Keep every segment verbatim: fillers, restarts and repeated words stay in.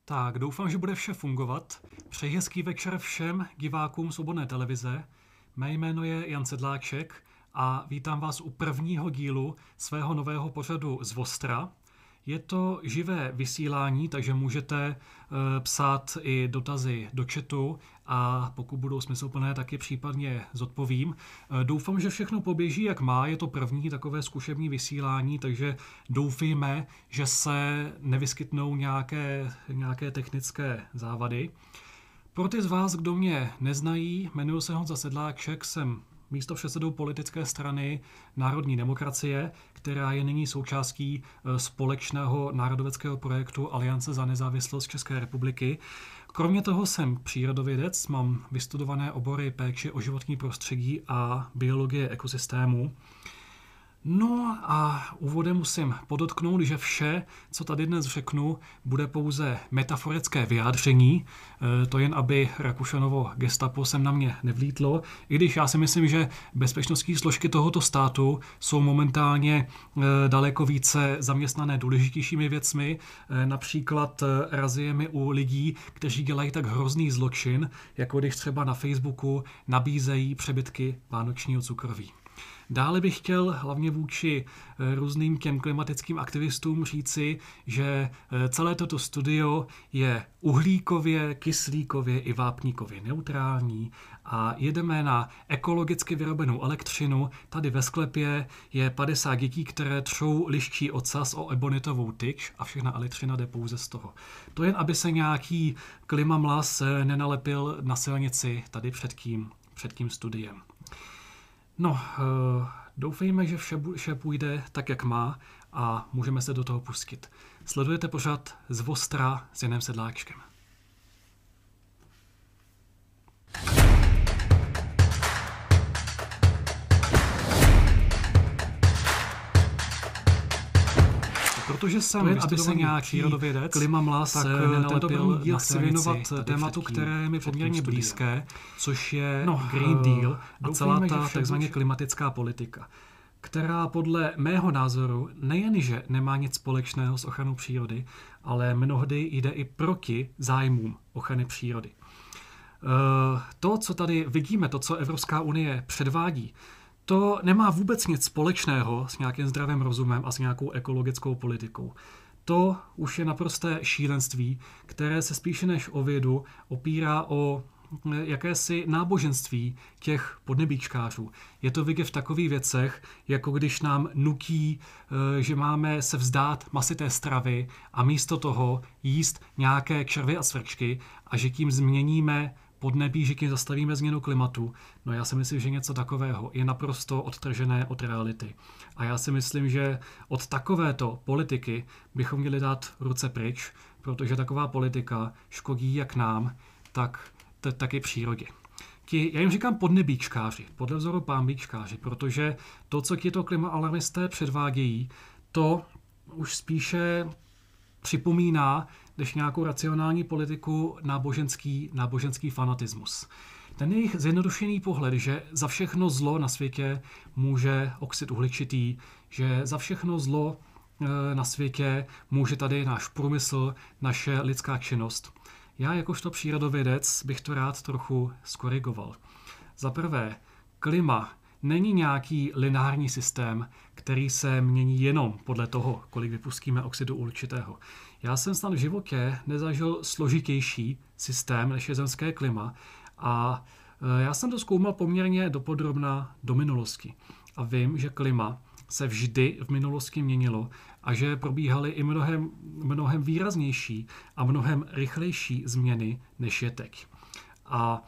Tak, doufám, že bude vše fungovat. Přeji hezký večer všem divákům Svobodné televize. Mé jméno je Jan Sedláček a vítám vás u prvního dílu svého nového pořadu z Vostra. Je to živé vysílání, takže můžete uh, psát i dotazy do chatu a pokud budou smysluplné, tak je případně zodpovím. Uh, doufám, že všechno poběží jak má, je to první takové zkušební vysílání, takže doufejme, že se nevyskytnou nějaké, nějaké technické závady. Pro ty z vás, kdo mě neznají, jmenuji se Honza Sedláček, jsem místopředsedou politické strany Národní demokracie, která je nyní součástí společného národoveckého projektu Aliance za nezávislost České republiky. Kromě toho jsem přírodovědec, mám vystudované obory péče o životní prostředí a biologie ekosystému. No a úvodem musím podotknout, že vše, co tady dnes řeknu, bude pouze metaforické vyjádření, to jen aby Rakušanovo gestapo sem na mě nevlítlo, i když já si myslím, že bezpečnostní složky tohoto státu jsou momentálně daleko více zaměstnané důležitějšími věcmi, například raziemi u lidí, kteří dělají tak hrozný zločin, jako když třeba na Facebooku nabízejí přebytky vánočního cukroví. Dále bych chtěl hlavně vůči různým těm klimatickým aktivistům říci, že celé toto studio je uhlíkově, kyslíkově i vápníkově neutrální a jedeme na ekologicky vyrobenou elektřinu. Tady ve sklepě je padesát dětí, které třou liščí ocas o ebonitovou tyč a všechna elektřina jde pouze z toho. To jen, aby se nějaký klimamlas nenalepil na silnici tady před tím, před tím studiem. No, doufejme, že vše, vše půjde tak, jak má a můžeme se do toho pustit. Sledujete pořad z Vostra s Janem Sedláčkem. Protože jsem jen, aby se nějaký přírodovědec, klimamlas, tak tento první díl chci věnovat tématu, které je mi poměrně blízké, což je no, Green Deal a celá ta takzvaně klimatická politika, která podle mého názoru nejenže nemá nic společného s ochranou přírody, ale mnohdy jde i proti zájmům ochrany přírody. To, co tady vidíme, to, co Evropská unie předvádí, to nemá vůbec nic společného s nějakým zdravým rozumem a s nějakou ekologickou politikou. To už je naprosté šílenství, které se spíše než o vědu opírá o jakési náboženství těch podnebíčkářů. Je to vidět v takových věcech, jako když nám nutí, že máme se vzdát masité stravy a místo toho jíst nějaké červy a svrčky a že tím změníme podnebí, že tím zastavíme změnu klimatu. No já si myslím, že něco takového je naprosto odtržené od reality. A já si myslím, že od takovéto politiky bychom měli dát ruce pryč, protože taková politika škodí jak nám, tak, t- tak i přírodě. Ti, já jim říkám podnebíčkáři, podle vzoru pánbíčkáři, protože to, co tito klimaalarmisté předvádějí, to už spíše připomíná než nějakou racionální politiku náboženský, náboženský fanatismus. Ten jejich zjednodušený pohled, že za všechno zlo na světě může oxid uhličitý, že za všechno zlo e, na světě může tady náš průmysl, naše lidská činnost. Já jakožto přírodovědec bych to rád trochu skorigoval. Za prvé, klima není nějaký lineární systém, který se mění jenom podle toho, kolik vypustíme oxidu uhličitého. Já jsem snad v životě nezažil složitější systém, než je zemské klima a já jsem to zkoumal poměrně dopodrobna do minulosti. A vím, že klima se vždy v minulosti měnilo a že probíhaly i mnohem, mnohem výraznější a mnohem rychlejší změny, než je teď. A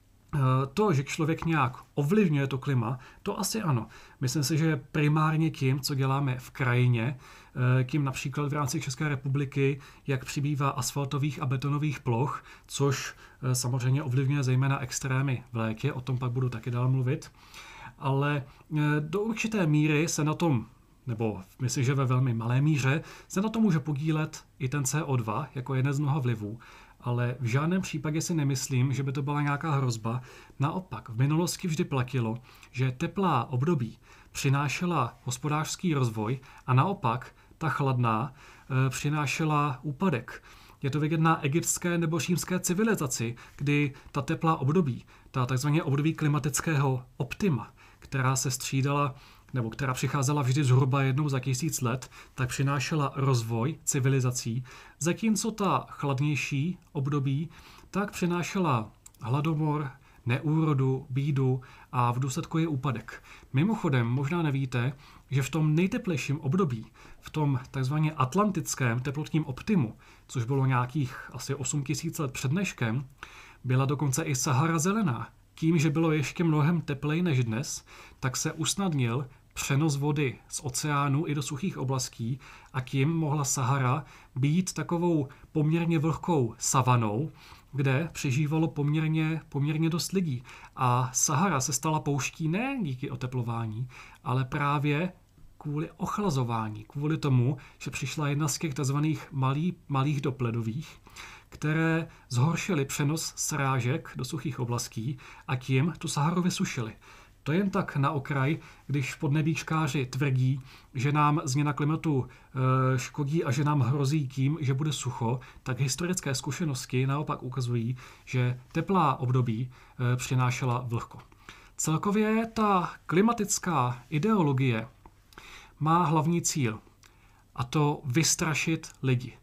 to, že člověk nějak ovlivňuje to klima, to asi ano. Myslím si, že primárně tím, co děláme v krajině, tím například v rámci České republiky, jak přibývá asfaltových a betonových ploch, což samozřejmě ovlivňuje zejména extrémy v létě, o tom pak budu taky dál mluvit. Ale do určité míry se na tom, nebo myslím, že ve velmi malé míře, se na to může podílet i ten C O dva jako jeden z mnoha vlivů. Ale v žádném případě si nemyslím, že by to byla nějaká hrozba. Naopak, v minulosti vždy platilo, že teplá období přinášela hospodářský rozvoj a naopak ta chladná e, přinášela úpadek. je to vidět na egyptské nebo římské civilizaci, kdy ta teplá období, ta takzvané období klimatického optima, která se střídala nebo která přicházela vždy zhruba jednou za tisíc let, tak přinášela rozvoj civilizací, zatímco ta chladnější období tak přinášela hladomor, neúrodu, bídu a v důsledku je úpadek. Mimochodem, možná nevíte, že v tom nejteplejším období, v tom takzvaně atlantickém teplotním optimu, což bylo nějakých asi osm tisíc let před dneškem, byla dokonce i Sahara zelená. Tím, že bylo ještě mnohem teplej než dnes, tak se usnadnil přenos vody z oceánu i do suchých oblastí a tím mohla Sahara být takovou poměrně vlhkou savanou, kde přežívalo poměrně, poměrně dost lidí. A Sahara se stala pouští ne díky oteplování, ale právě kvůli ochlazování, kvůli tomu, že přišla jedna z těch tzv. malých, malých dopledových, které zhoršily přenos srážek do suchých oblastí a tím tu Saharu vysušily. To jen tak na okraj, když podnebíčkáři tvrdí, že nám změna klimatu e, škodí a že nám hrozí tím, že bude sucho, tak historické zkušenosti naopak ukazují, že teplá období e, přinášela vlhko. Celkově ta klimatická ideologie má hlavní cíl, a to vystrašit lidi.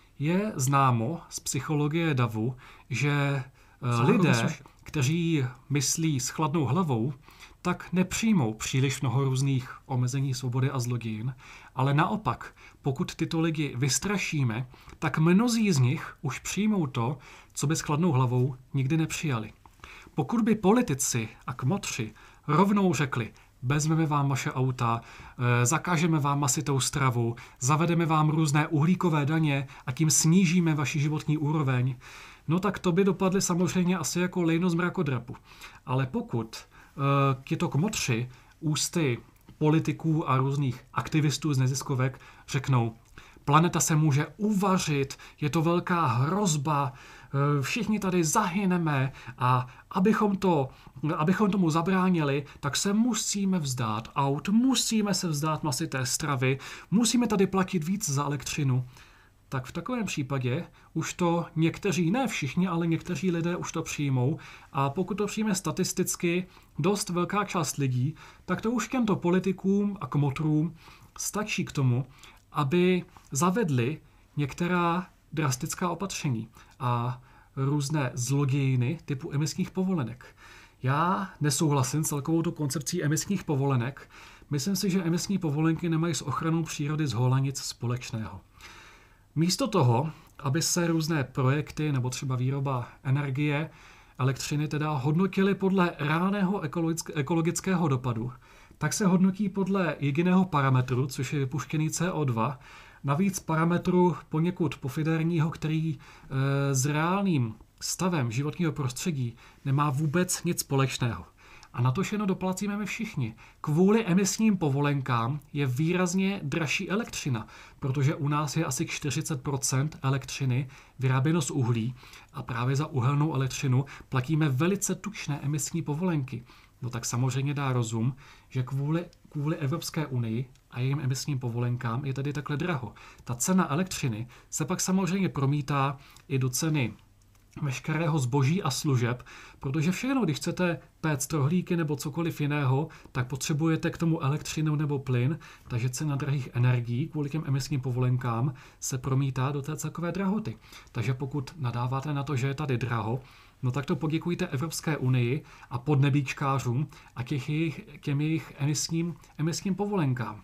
Je známo z psychologie davu, že e, lidé, kteří myslí s chladnou hlavou, tak nepřijmou příliš mnoho různých omezení svobody a zlodějin, ale naopak, pokud tyto lidi vystrašíme, tak mnozí z nich už přijmou to, co by s chladnou hlavou nikdy nepřijali. Pokud by politici a kmotři rovnou řekli, vezmeme vám vaše auta, zakážeme vám masitou stravu, zavedeme vám různé uhlíkové daně a tím snížíme vaši životní úroveň, no tak to by dopadly samozřejmě asi jako lejno z mrakodrapu. Ale pokud tito kmotři ústy politiků a různých aktivistů z neziskovek řeknou, planeta se může uvařit, je to velká hrozba, všichni tady zahyneme a abychom, to, abychom tomu zabránili, tak se musíme vzdát aut, musíme se vzdát masité stravy, musíme tady platit víc za elektřinu. Tak v takovém případě už to někteří, ne všichni, ale někteří lidé už to přijmou a pokud to přijme statisticky dost velká část lidí, tak to už těmto politikům a kmotrům stačí k tomu, aby zavedli některá drastická opatření a různé zlodějiny typu emisních povolenek. Já nesouhlasím s celkovou tu koncepcí emisních povolenek. Myslím si, že emisní povolenky nemají s ochranou přírody zhola nic společného. Místo toho, aby se různé projekty nebo třeba výroba energie, elektřiny teda hodnotily podle reálného ekologického dopadu, tak se hodnotí podle jediného parametru, což je vypuštěný C O dva, navíc parametru poněkud pofiderního, který e, s reálným stavem životního prostředí nemá vůbec nic společného. A na to všechno doplácíme my všichni. Kvůli emisním povolenkám je výrazně dražší elektřina, protože u nás je asi čtyřicet procent elektřiny vyráběno z uhlí a právě za uhelnou elektřinu platíme velice tučné emisní povolenky. No tak samozřejmě dá rozum, že kvůli, kvůli Evropské unii a jejím emisním povolenkám je tady takhle draho. Ta cena elektřiny se pak samozřejmě promítá i do ceny veškerého zboží a služeb, protože všechno, když chcete péct rohlíky nebo cokoliv jiného, tak potřebujete k tomu elektřinu nebo plyn, takže cena drahých energií kvůli těm emisním povolenkám se promítá do té celkové drahoty. Takže pokud nadáváte na to, že je tady draho, no tak to poděkujte Evropské unii a podnebíčkářům a těch jejich, těm jejich emisním, emisním povolenkám.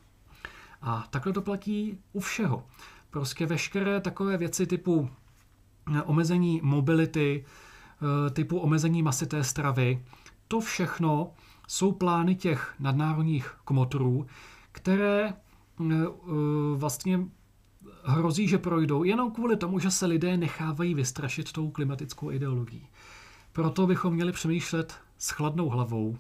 A takhle to platí u všeho. Prostě veškeré takové věci typu omezení mobility, typu omezení masité stravy, to všechno jsou plány těch nadnárodních kmotrů, které vlastně hrozí, že projdou jenom kvůli tomu, že se lidé nechávají vystrašit tou klimatickou ideologií. Proto bychom měli přemýšlet s chladnou hlavou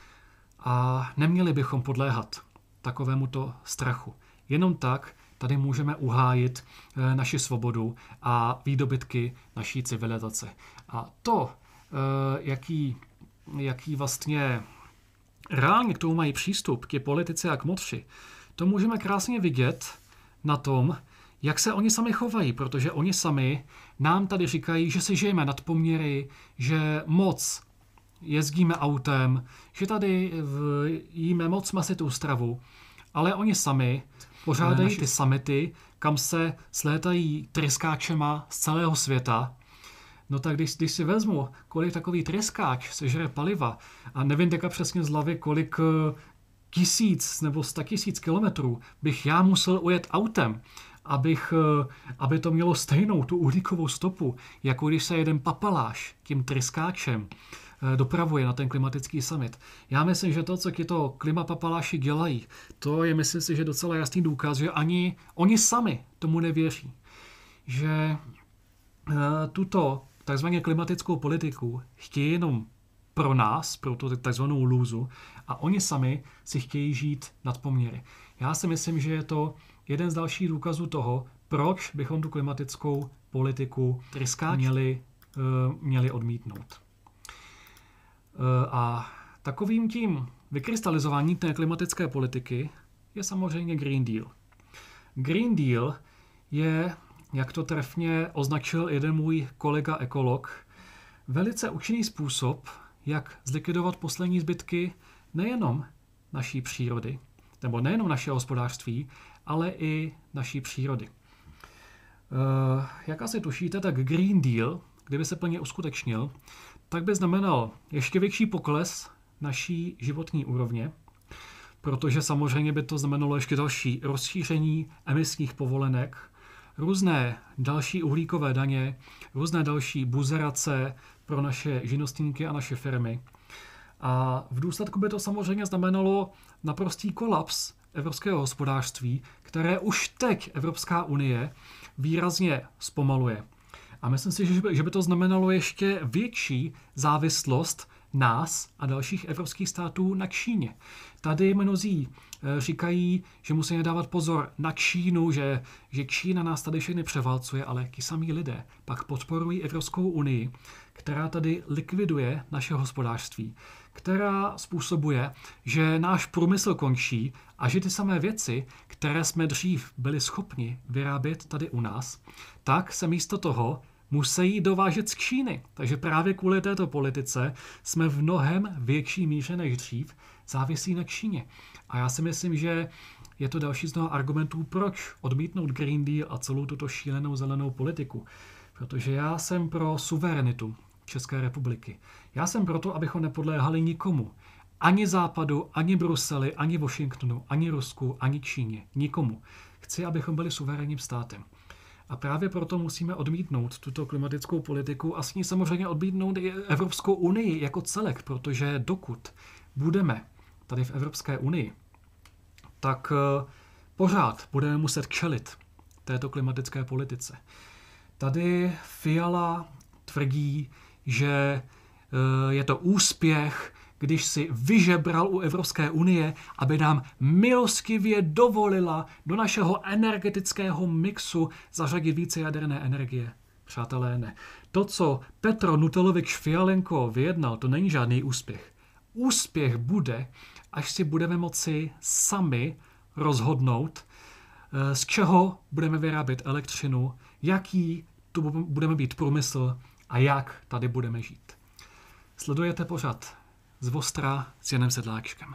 a neměli bychom podléhat takovémuto strachu. Jenom tak tady můžeme uhájit naši svobodu a výdobytky naší civilizace. A to, jaký, jaký vlastně reálně k tomu mají přístup ti politici a kmotři, to můžeme krásně vidět na tom, jak se oni sami chovají, protože oni sami nám tady říkají, že si žijeme nad poměry, že moc jezdíme autem, že tady jíme moc masitou stravu, ale oni sami pořádají naši... ty summity, kam se slétají tryskáčema z celého světa. No tak když, když si vezmu, kolik takový tryskáč sežere paliva, a nevím teďka přesně z hlavy, kolik tisíc nebo sta tisíc kilometrů bych já musel ujet autem, abych, aby to mělo stejnou tu uhlíkovou stopu, jako když se jeden papaláš tím tryskáčem dopravuje na ten klimatický summit. Já myslím, že to, co ti to klimapapaláši dělají, to je, myslím si, že docela jasný důkaz, že ani oni sami tomu nevěří. Že tuto takzvaně klimatickou politiku chtějí jenom pro nás, pro tu takzvanou lůzu, a oni sami si chtějí žít nad poměry. Já si myslím, že je to jeden z dalších důkazů toho, proč bychom tu klimatickou politiku měli, měli odmítnout. A takovým tím vykrystalizováním té klimatické politiky je samozřejmě Green Deal. Green Deal je, jak to trefně označil jeden můj kolega ekolog, velice účinný způsob, jak zlikvidovat poslední zbytky nejenom naší přírody, nebo nejenom našeho hospodářství, ale i naší přírody. Jak asi tušíte, tak Green Deal, kdyby se plně uskutečnil, tak by znamenal ještě větší pokles naší životní úrovně, protože samozřejmě by to znamenalo ještě další rozšíření emisních povolenek, různé další uhlíkové daně, různé další buzerace pro naše živnostníky a naše firmy. A v důsledku by to samozřejmě znamenalo naprostý kolaps evropského hospodářství, které už teď Evropská unie výrazně zpomaluje. A myslím si, že by to znamenalo ještě větší závislost nás a dalších evropských států na Číně. Tady mnozí říkají, že musíme dávat pozor na Čínu, že, že Čína nás tady všechny převálcuje, ale ti samí lidé pak podporují Evropskou unii, která tady likviduje naše hospodářství, která způsobuje, že náš průmysl končí a že ty samé věci, které jsme dřív byli schopni vyrábět tady u nás, tak se místo toho musí dovážet z Číny. Takže právě kvůli této politice jsme v mnohem větší míře než dřív závisí na Číně. A já si myslím, že je to další z mnoha argumentů, proč odmítnout Green Deal a celou tuto šílenou zelenou politiku. Protože já jsem pro suverenitu České republiky. Já jsem proto, abychom nepodléhali nikomu. Ani Západu, ani Bruseli, ani Washingtonu, ani Rusku, ani Číně. Nikomu. Chci, abychom byli suverénním státem. A právě proto musíme odmítnout tuto klimatickou politiku a s ní samozřejmě odmítnout i Evropskou unii jako celek, protože dokud budeme tady v Evropské unii, tak pořád budeme muset čelit této klimatické politice. Tady Fiala tvrdí, že je to úspěch, když si vyžebral u Evropské unie, aby nám milostivě dovolila do našeho energetického mixu zařadit více jaderné energie. Přátelé, ne. To, co Petro Nutelovič Fialenko vyjednal, to není žádný úspěch. Úspěch bude, až si budeme moci sami rozhodnout, z čeho budeme vyrábět elektřinu, jaký tu budeme být průmysl a jak tady budeme žít. Sledujete pořad Z Ostra s Janem Sedláčkem.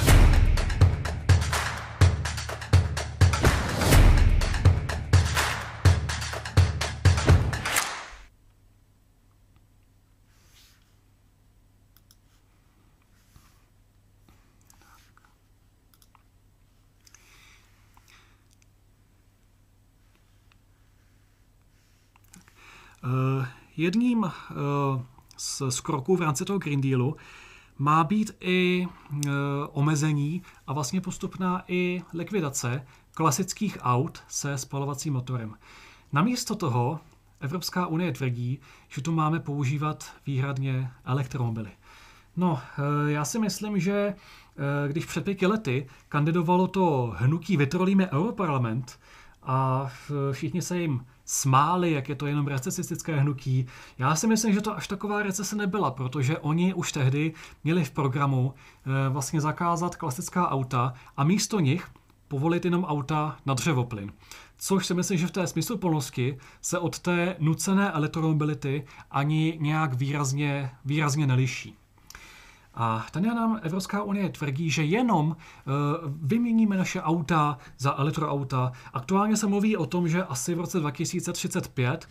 Uh, jedním uh, z, z kroků v rámci toho Green Dealu má být i e, omezení a vlastně postupná i likvidace klasických aut se spalovacím motorem. Namísto toho Evropská unie tvrdí, že tu máme používat výhradně elektromobily. No, e, já si myslím, že e, když před pěti lety kandidovalo to hnutí Vytrolíme Europarlament a všichni se jim smáli, jak je to jenom recesistické hnutí. Já si myslím, že to až taková recese nebyla, protože oni už tehdy měli v programu e, vlastně zakázat klasická auta a místo nich povolit jenom auta na dřevoplyn. což si myslím, že v té smysluplnosti se od té nucené elektromobility ani nějak výrazně, výrazně neliší. A tady nám Evropská unie tvrdí, že jenom uh, vyměníme naše auta za elektroauta. Aktuálně se mluví o tom, že asi v roce dva tisíce třicet pět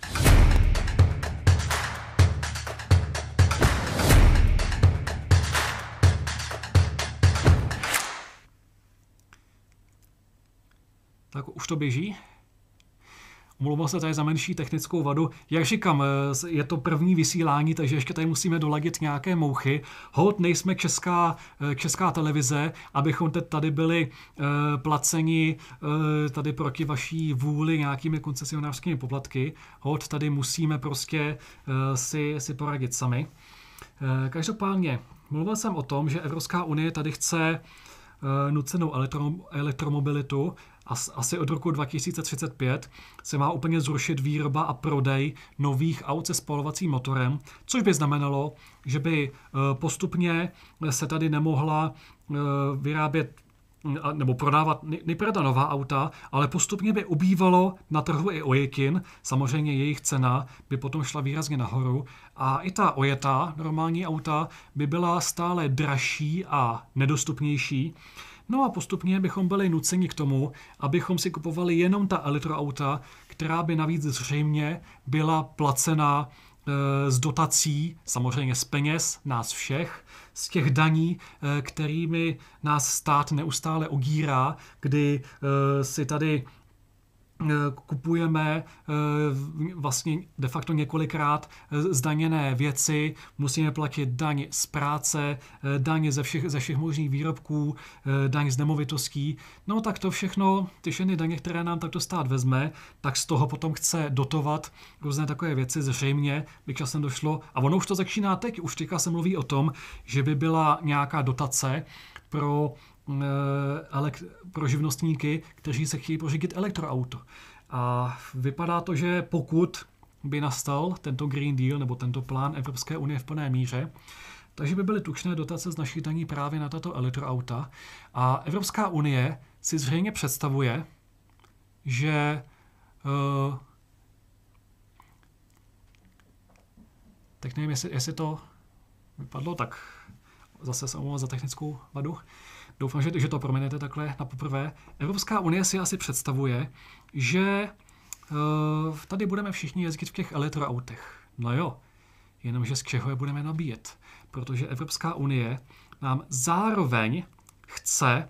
tak už to běží. Omlouvám se tady za menší technickou vadu. Jak říkám, je to první vysílání, takže ještě tady musíme doladit nějaké mouchy. Holt nejsme česká, česká televize, abychom teď tady byli uh, placeni uh, tady proti vaší vůli nějakými koncesionářskými poplatky. Holt tady musíme prostě uh, si, si poradit sami. Uh, každopádně, mluvil jsem o tom, že Evropská unie tady chce uh, nucenou elektro, elektromobilitu. Asi od roku dva tisíce třicet pět se má úplně zrušit výroba a prodej nových aut se spalovacím motorem, což by znamenalo, že by postupně se tady nemohla vyrábět nebo prodávat nejprve ta nová auta, ale postupně by ubývalo na trhu i ojetin. Samozřejmě jejich cena by potom šla výrazně nahoru a i ta ojetá normální auta by byla stále dražší a nedostupnější. No a postupně bychom byli nuceni k tomu, abychom si kupovali jenom ta elektroauta, která by navíc zřejmě byla placena e, z dotací, samozřejmě z peněz nás všech, z těch daní, e, kterými nás stát neustále ogírá, kdy e, si tady kupujeme vlastně de facto několikrát zdaněné věci, musíme platit daň z práce, daň ze všech, ze všech možných výrobků, daň z nemovitostí. No tak to všechno, ty všechny daně, které nám takto stát vezme, tak z toho potom chce dotovat různé takové věci, zřejmě by časem došlo. A ono už to začíná teď, už teďka se mluví o tom, že by byla nějaká dotace pro pro živnostníky, kteří se chtějí pořídit elektroauto. A vypadá to, že pokud by nastal tento Green Deal nebo tento plán Evropské unie v plné míře, takže by byly tučné dotace z našich daní právě na tato elektroauta. A Evropská unie si zřejmě představuje, že uh, tak nevím, jestli, jestli to vypadlo, tak zase se omlouvám za technickou vadu. Doufám, že, že to proměnete takhle na poprvé. Evropská unie si asi představuje, že uh, tady budeme všichni jezdit v těch elektroautech. No jo, jenomže z čeho je budeme nabíjet. Protože Evropská unie nám zároveň chce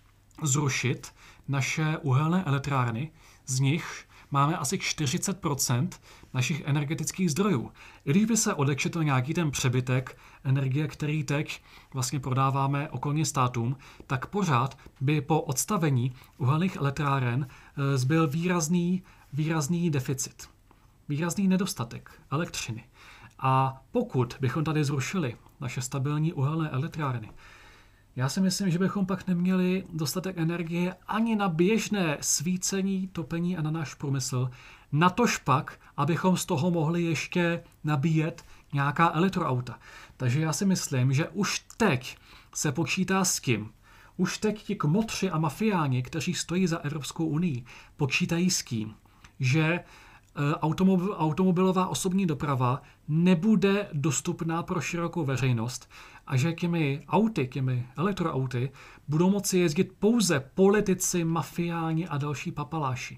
zrušit naše uhelné elektrárny, z nich máme asi čtyřicet procent našich energetických zdrojů. I když by se odečetl nějaký ten přebytek energie, který teď vlastně prodáváme okolním státům, tak pořád by po odstavení uhelných elektráren zbyl výrazný, výrazný deficit, výrazný nedostatek elektřiny. A pokud bychom tady zrušili naše stabilní uhelné elektrárny, já si myslím, že bychom pak neměli dostatek energie ani na běžné svícení, topení a na náš průmysl. Natož pak, abychom z toho mohli ještě nabíjet nějaká elektroauta. Takže já si myslím, že už teď se počítá s tím, už teď ti kmotři a mafiáni, kteří stojí za Evropskou unii, počítají s tím, že automobil, automobilová osobní doprava nebude dostupná pro širokou veřejnost a že těmi auty, těmi elektroauty budou moci jezdit pouze politici, mafiáni a další papaláši.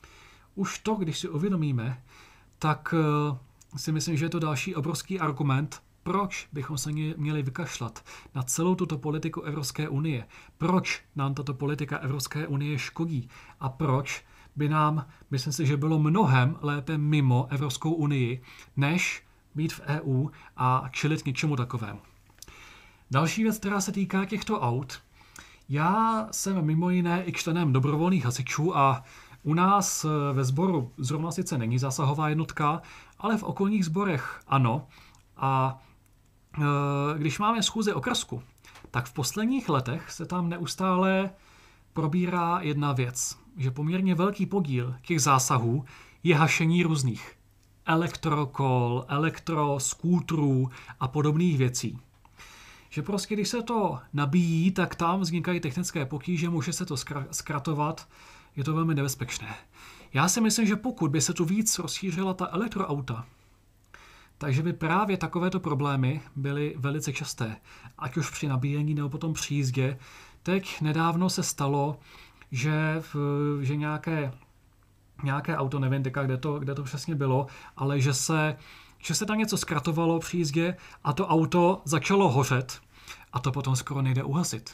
Už to, když si uvědomíme, tak si myslím, že je to další obrovský argument, proč bychom se měli vykašlat na celou tuto politiku Evropské unie, proč nám tato politika Evropské unie škodí a proč by nám, myslím si, že bylo mnohem lépe mimo Evropskou unii, než být v E U a čelit k něčemu takovému. Další věc, která se týká těchto aut. Já jsem mimo jiné i členem dobrovolných hasičů a u nás ve sboru zrovna sice není zásahová jednotka, ale v okolních sborech ano. A e, když máme schůzi okrsku, tak v posledních letech se tam neustále probírá jedna věc, že poměrně velký podíl těch zásahů je hašení různých elektrokol, elektroskútrů a podobných věcí. Že prostě, když se to nabíjí, tak tam vznikají technické potíže, může se to zkratovat, je to velmi nebezpečné. Já si myslím, že pokud by se tu víc rozšířila ta elektroauta, takže by právě takovéto problémy byly velice časté, ať už při nabíjení nebo potom při jízdě. Teď nedávno se stalo, že, že nějaké, nějaké auto, nevím teďka, kde to, kde to přesně bylo, ale že se, že se tam něco zkratovalo při jízdě a to auto začalo hořet a to potom skoro nejde uhasit.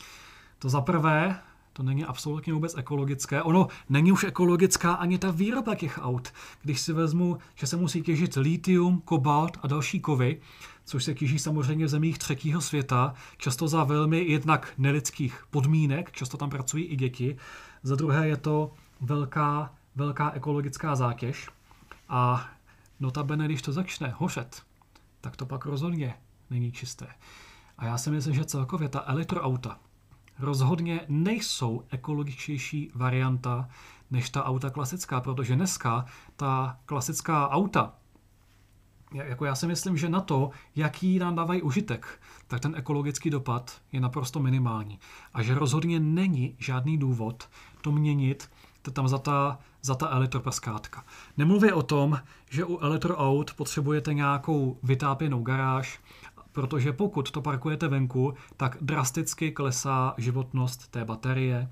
To za prvé, to není absolutně vůbec ekologické. Ono není už ekologická ani ta výroba těch aut. Když si vezmu, že se musí těžit litium, kobalt a další kovy, což se těží samozřejmě v zemích třetího světa, často za velmi jednak nelidských podmínek, často tam pracují i děti. Za druhé je to velká, velká ekologická zátěž. A notabene, když to začne hořet, tak to pak rozhodně není čisté. A já si myslím, že celkově ta elektroauta rozhodně nejsou ekologičtější varianta než ta auta klasická, protože dneska ta klasická auta, jako já si myslím, že na to, jaký nám dávají užitek, tak ten ekologický dopad je naprosto minimální. A že rozhodně není žádný důvod to měnit to tam za ta, za ta elektropraskátka. Nemluvě o tom, že u elektroaut potřebujete nějakou vytápěnou garáž, protože pokud to parkujete venku, tak drasticky klesá životnost té baterie.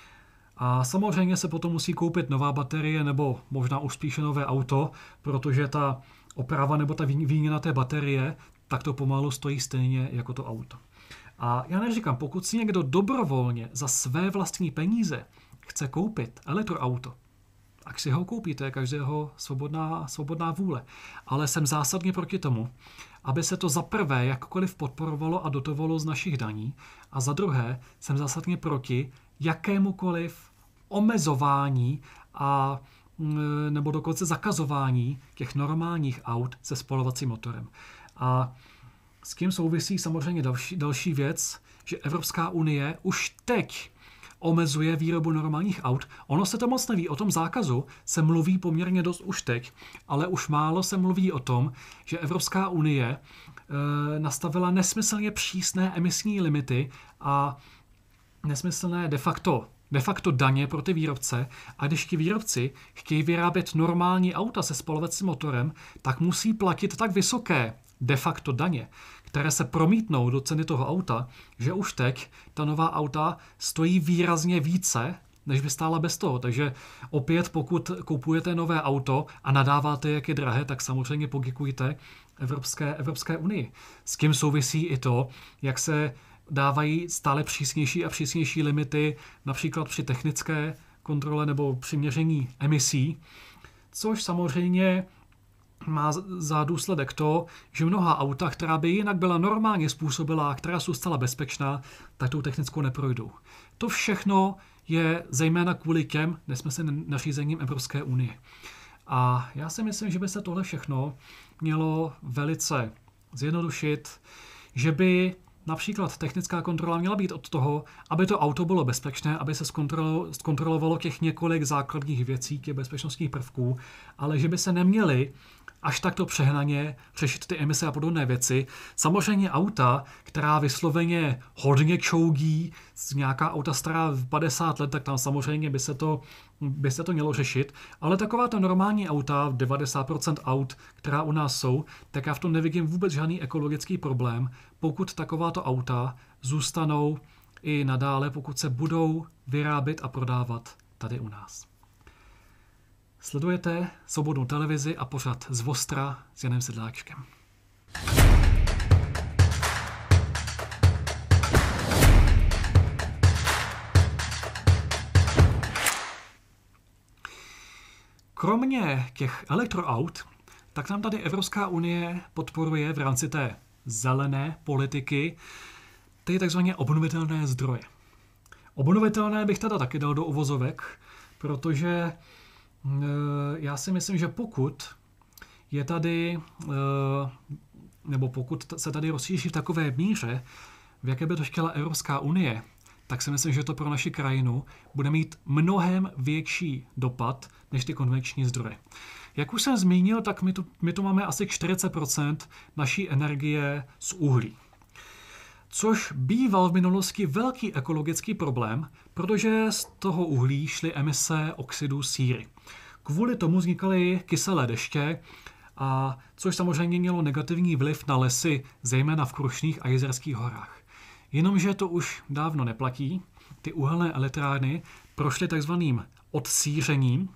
A samozřejmě se potom musí koupit nová baterie nebo možná už spíše nové auto, protože ta oprava nebo ta výměna té baterie, tak to pomalu stojí stejně jako to auto. A já neříkám, pokud si někdo dobrovolně za své vlastní peníze chce koupit elektroauto, ať si ho koupí, to je každého svobodná, svobodná vůle. Ale jsem zásadně proti tomu, aby se to za prvé jakkoliv podporovalo a dotovalo z našich daní a za druhé jsem zásadně proti jakémukoliv omezování a nebo dokonce zakazování těch normálních aut se spalovacím motorem. A s tím souvisí samozřejmě další, další věc, že Evropská unie už teď omezuje výrobu normálních aut. Ono se to moc neví. O tom zákazu se mluví poměrně dost už teď, ale už málo se mluví o tom, že Evropská unie e, nastavila nesmyslně přísné emisní limity a nesmyslné de facto, de facto daně pro ty výrobce. A když ti výrobci chtějí vyrábět normální auta se spalovacím motorem, tak musí platit tak vysoké de facto daně, které se promítnou do ceny toho auta, že už teď ta nová auta stojí výrazně více, než by stála bez toho. Takže opět, pokud kupujete nové auto a nadáváte, jak je drahé, tak samozřejmě poděkujte Evropské, Evropské unii. S tím souvisí i to, jak se dávají stále přísnější a přísnější limity, například při technické kontrole nebo při měření emisí, což samozřejmě má za důsledek to, že mnoha auta, která by jinak byla normálně způsobilá, která jsou zcela bezpečná, tak tou technickou neprojdou. To všechno je zejména kvůli těm nesmyslným nařízením Evropské unie. A já si myslím, že by se tohle všechno mělo velice zjednodušit, že by například technická kontrola měla být od toho, aby to auto bylo bezpečné, aby se zkontrolovalo těch několik základních věcí, těch bezpečnostních prvků, ale že by se neměly až takto přehnaně řešit ty emise a podobné věci. Samozřejmě auta, která vysloveně hodně čougí, nějaká auta stará padesát let, tak tam samozřejmě by se to, by se to mělo řešit. Ale taková ta normální auta, devadesát procent aut, která u nás jsou, tak já v tom nevidím vůbec žádný ekologický problém, pokud takováto auta zůstanou i nadále, pokud se budou vyrábět a prodávat tady u nás. Sledujete Svobodnou televizi a pořad Z Vostra s Janem Sedláčkem. Kromě těch elektroaut, tak nám tady Evropská unie podporuje v rámci té zelené politiky ty takzvané obnovitelné zdroje. Obnovitelné bych teda taky dal do uvozovek, protože já si myslím, že pokud je tady, nebo pokud se tady rozšíří v takové míře, v jaké by to chtěla Evropská unie, tak si myslím, že to pro naši krajinu bude mít mnohem větší dopad než ty konvenční zdroje. Jak už jsem zmínil, tak my tu, my tu máme asi čtyřicet procent naší energie z uhlí. Což býval v minulosti velký ekologický problém, protože z toho uhlí šly emise oxidu síry. Kvůli tomu vznikaly kyselé deště, a což samozřejmě mělo negativní vliv na lesy, zejména v Krušných a Jizerských horách. Jenomže to už dávno neplatí. Ty uhelné elektrárny prošly takzvaným odsířením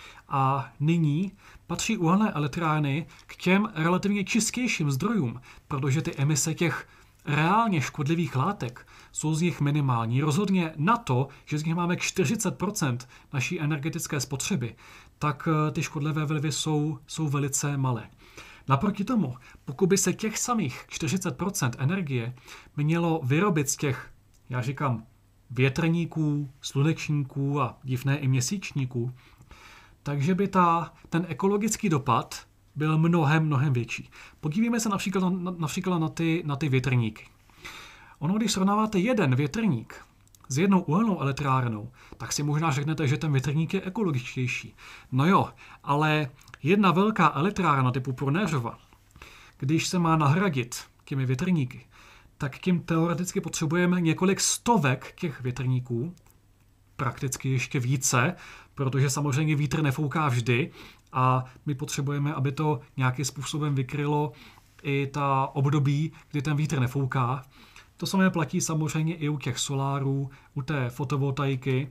a nyní patří uhelné elektrárny k těm relativně čistějším zdrojům, protože ty emise těch reálně škodlivých látek jsou z nich minimální. Rozhodně na to, že z nich máme čtyřicet procent naší energetické spotřeby, tak ty škodlivé vlivy jsou, jsou velice malé. Naproti tomu, pokud by se těch samých čtyřicet procent energie mělo vyrobit z těch, já říkám, větrníků, slunečníků a divné i měsíčníků, takže by ta, ten ekologický dopad byl mnohem, mnohem větší. Podívejme se například, na, například na, ty, na ty větrníky. Ono, když srovnáváte jeden větrník s jednou uhelnou elektrárnou, tak si možná řeknete, že ten větrník je ekologičtější. No jo, ale jedna velká elektrárna typu Purnéřova, když se má nahradit těmi větrníky, tak tím teoreticky potřebujeme několik stovek těch větrníků, prakticky ještě více, protože samozřejmě vítr nefouká vždy a my potřebujeme, aby to nějakým způsobem vykrylo i ta období, kdy ten vítr nefouká. To samé platí samozřejmě i u těch solárů, u té fotovoltaiky,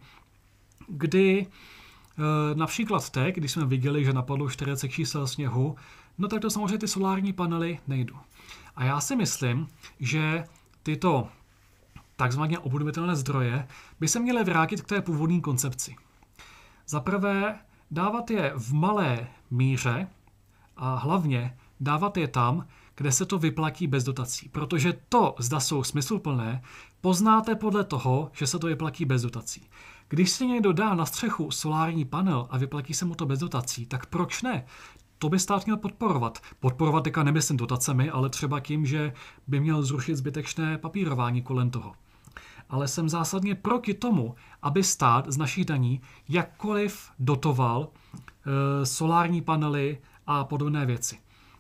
kdy e, například teď, když jsme viděli, že napadlo čtyřicet čísel sněhu, no tak to samozřejmě ty solární panely nejdou. A já si myslím, že tyto takzvaně obnovitelné zdroje by se měly vrátit k té původní koncepci. Za prvé dávat je v malé míře a hlavně dávat je tam, kde se to vyplatí bez dotací. Protože to, zda jsou smysluplné, poznáte podle toho, že se to vyplatí bez dotací. Když si někdo dá na střechu solární panel a vyplatí se mu to bez dotací, tak proč ne? To by stát měl podporovat. Podporovat teďka nemyslím dotacemi, ale třeba tím, že by měl zrušit zbytečné papírování kolem toho. Ale jsem zásadně proti tomu, aby stát z našich daní jakkoliv dotoval e, solární panely a podobné věci.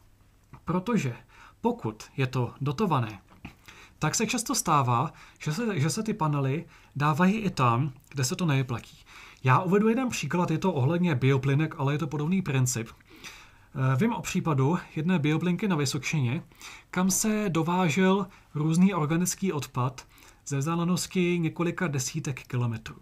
Protože pokud je to dotované, tak se často stává, že se, že se ty panely dávají i tam, kde se to nevyplatí. Já uvedu jeden příklad, je to ohledně bioplynek, ale je to podobný princip. Vím o případu jedné bioplynky na Vysočině, kam se dovážel různý organický odpad ze vzdálenosti několika desítek kilometrů.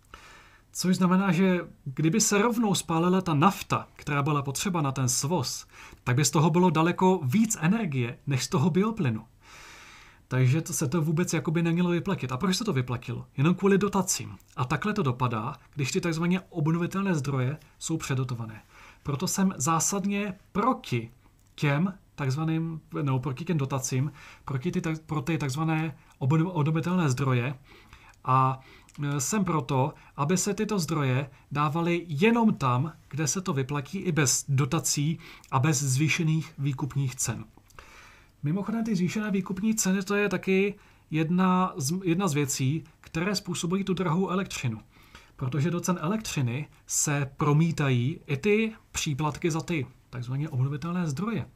Což znamená, že kdyby se rovnou spálila ta nafta, která byla potřeba na ten svoz, tak by z toho bylo daleko víc energie, než z toho bioplynu. Takže to se to vůbec jakoby nemělo vyplatit. A proč se to vyplatilo? Jenom kvůli dotacím. A takhle to dopadá, když ty takzvaně obnovitelné zdroje jsou předotované. Proto jsem zásadně proti těm takzvaným, nebo proti těm dotacím, proti ty, pro ty takzvané obnovitelné zdroje a jsem proto, aby se tyto zdroje dávaly jenom tam, kde se to vyplatí i bez dotací a bez zvýšených výkupních cen. Mimochodem ty zvýšené výkupní ceny, to je taky jedna z, jedna z věcí, které způsobují tu drahou elektřinu. Protože do cen elektřiny se promítají i ty příplatky za ty takzvané obnovitelné zdroje.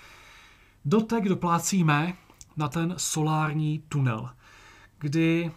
Doteď doplácíme na ten solární tunel, kdy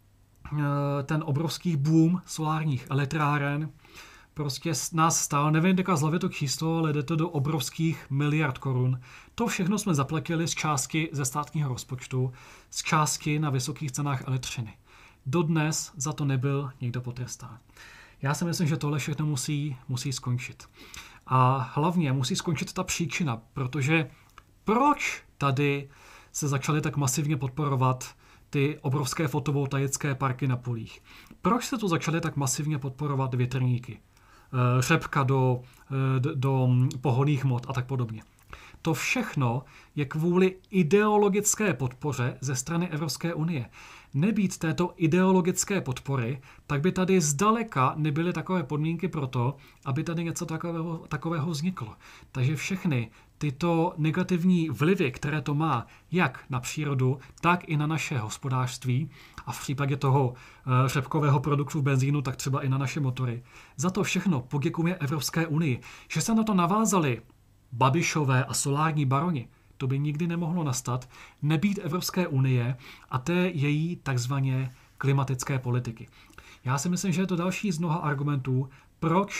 ten obrovský boom solárních elektráren prostě nás stál, nevím, jaká z hlavy to číslo, ale jde to do obrovských miliard korun. To všechno jsme zaplatili z částky ze státního rozpočtu, z částky na vysokých cenách elektřiny. Dodnes za to nebyl nikdo potrestán. Já si myslím, že tohle všechno musí, musí skončit. A hlavně musí skončit ta příčina, protože proč tady se začaly tak masivně podporovat ty obrovské fotovoltaické parky na polích? Proč se tu začaly tak masivně podporovat větrníky, řepka do, do pohonných hmot a tak podobně? To všechno je kvůli ideologické podpoře ze strany Evropské unie. Nebýt této ideologické podpory, tak by tady zdaleka nebyly takové podmínky pro to, aby tady něco takového, takového vzniklo. Takže všechny tyto negativní vlivy, které to má jak na přírodu, tak i na naše hospodářství a v případě toho řepkového produktu v benzínu, tak třeba i na naše motory. Za to všechno poděkujeme Evropské unii, že se na to navázali Babišové a solární baroni. To by nikdy nemohlo nastat, nebýt Evropské unie a té její takzvaně klimatické politiky. Já si myslím, že je to další z mnoha argumentů, proč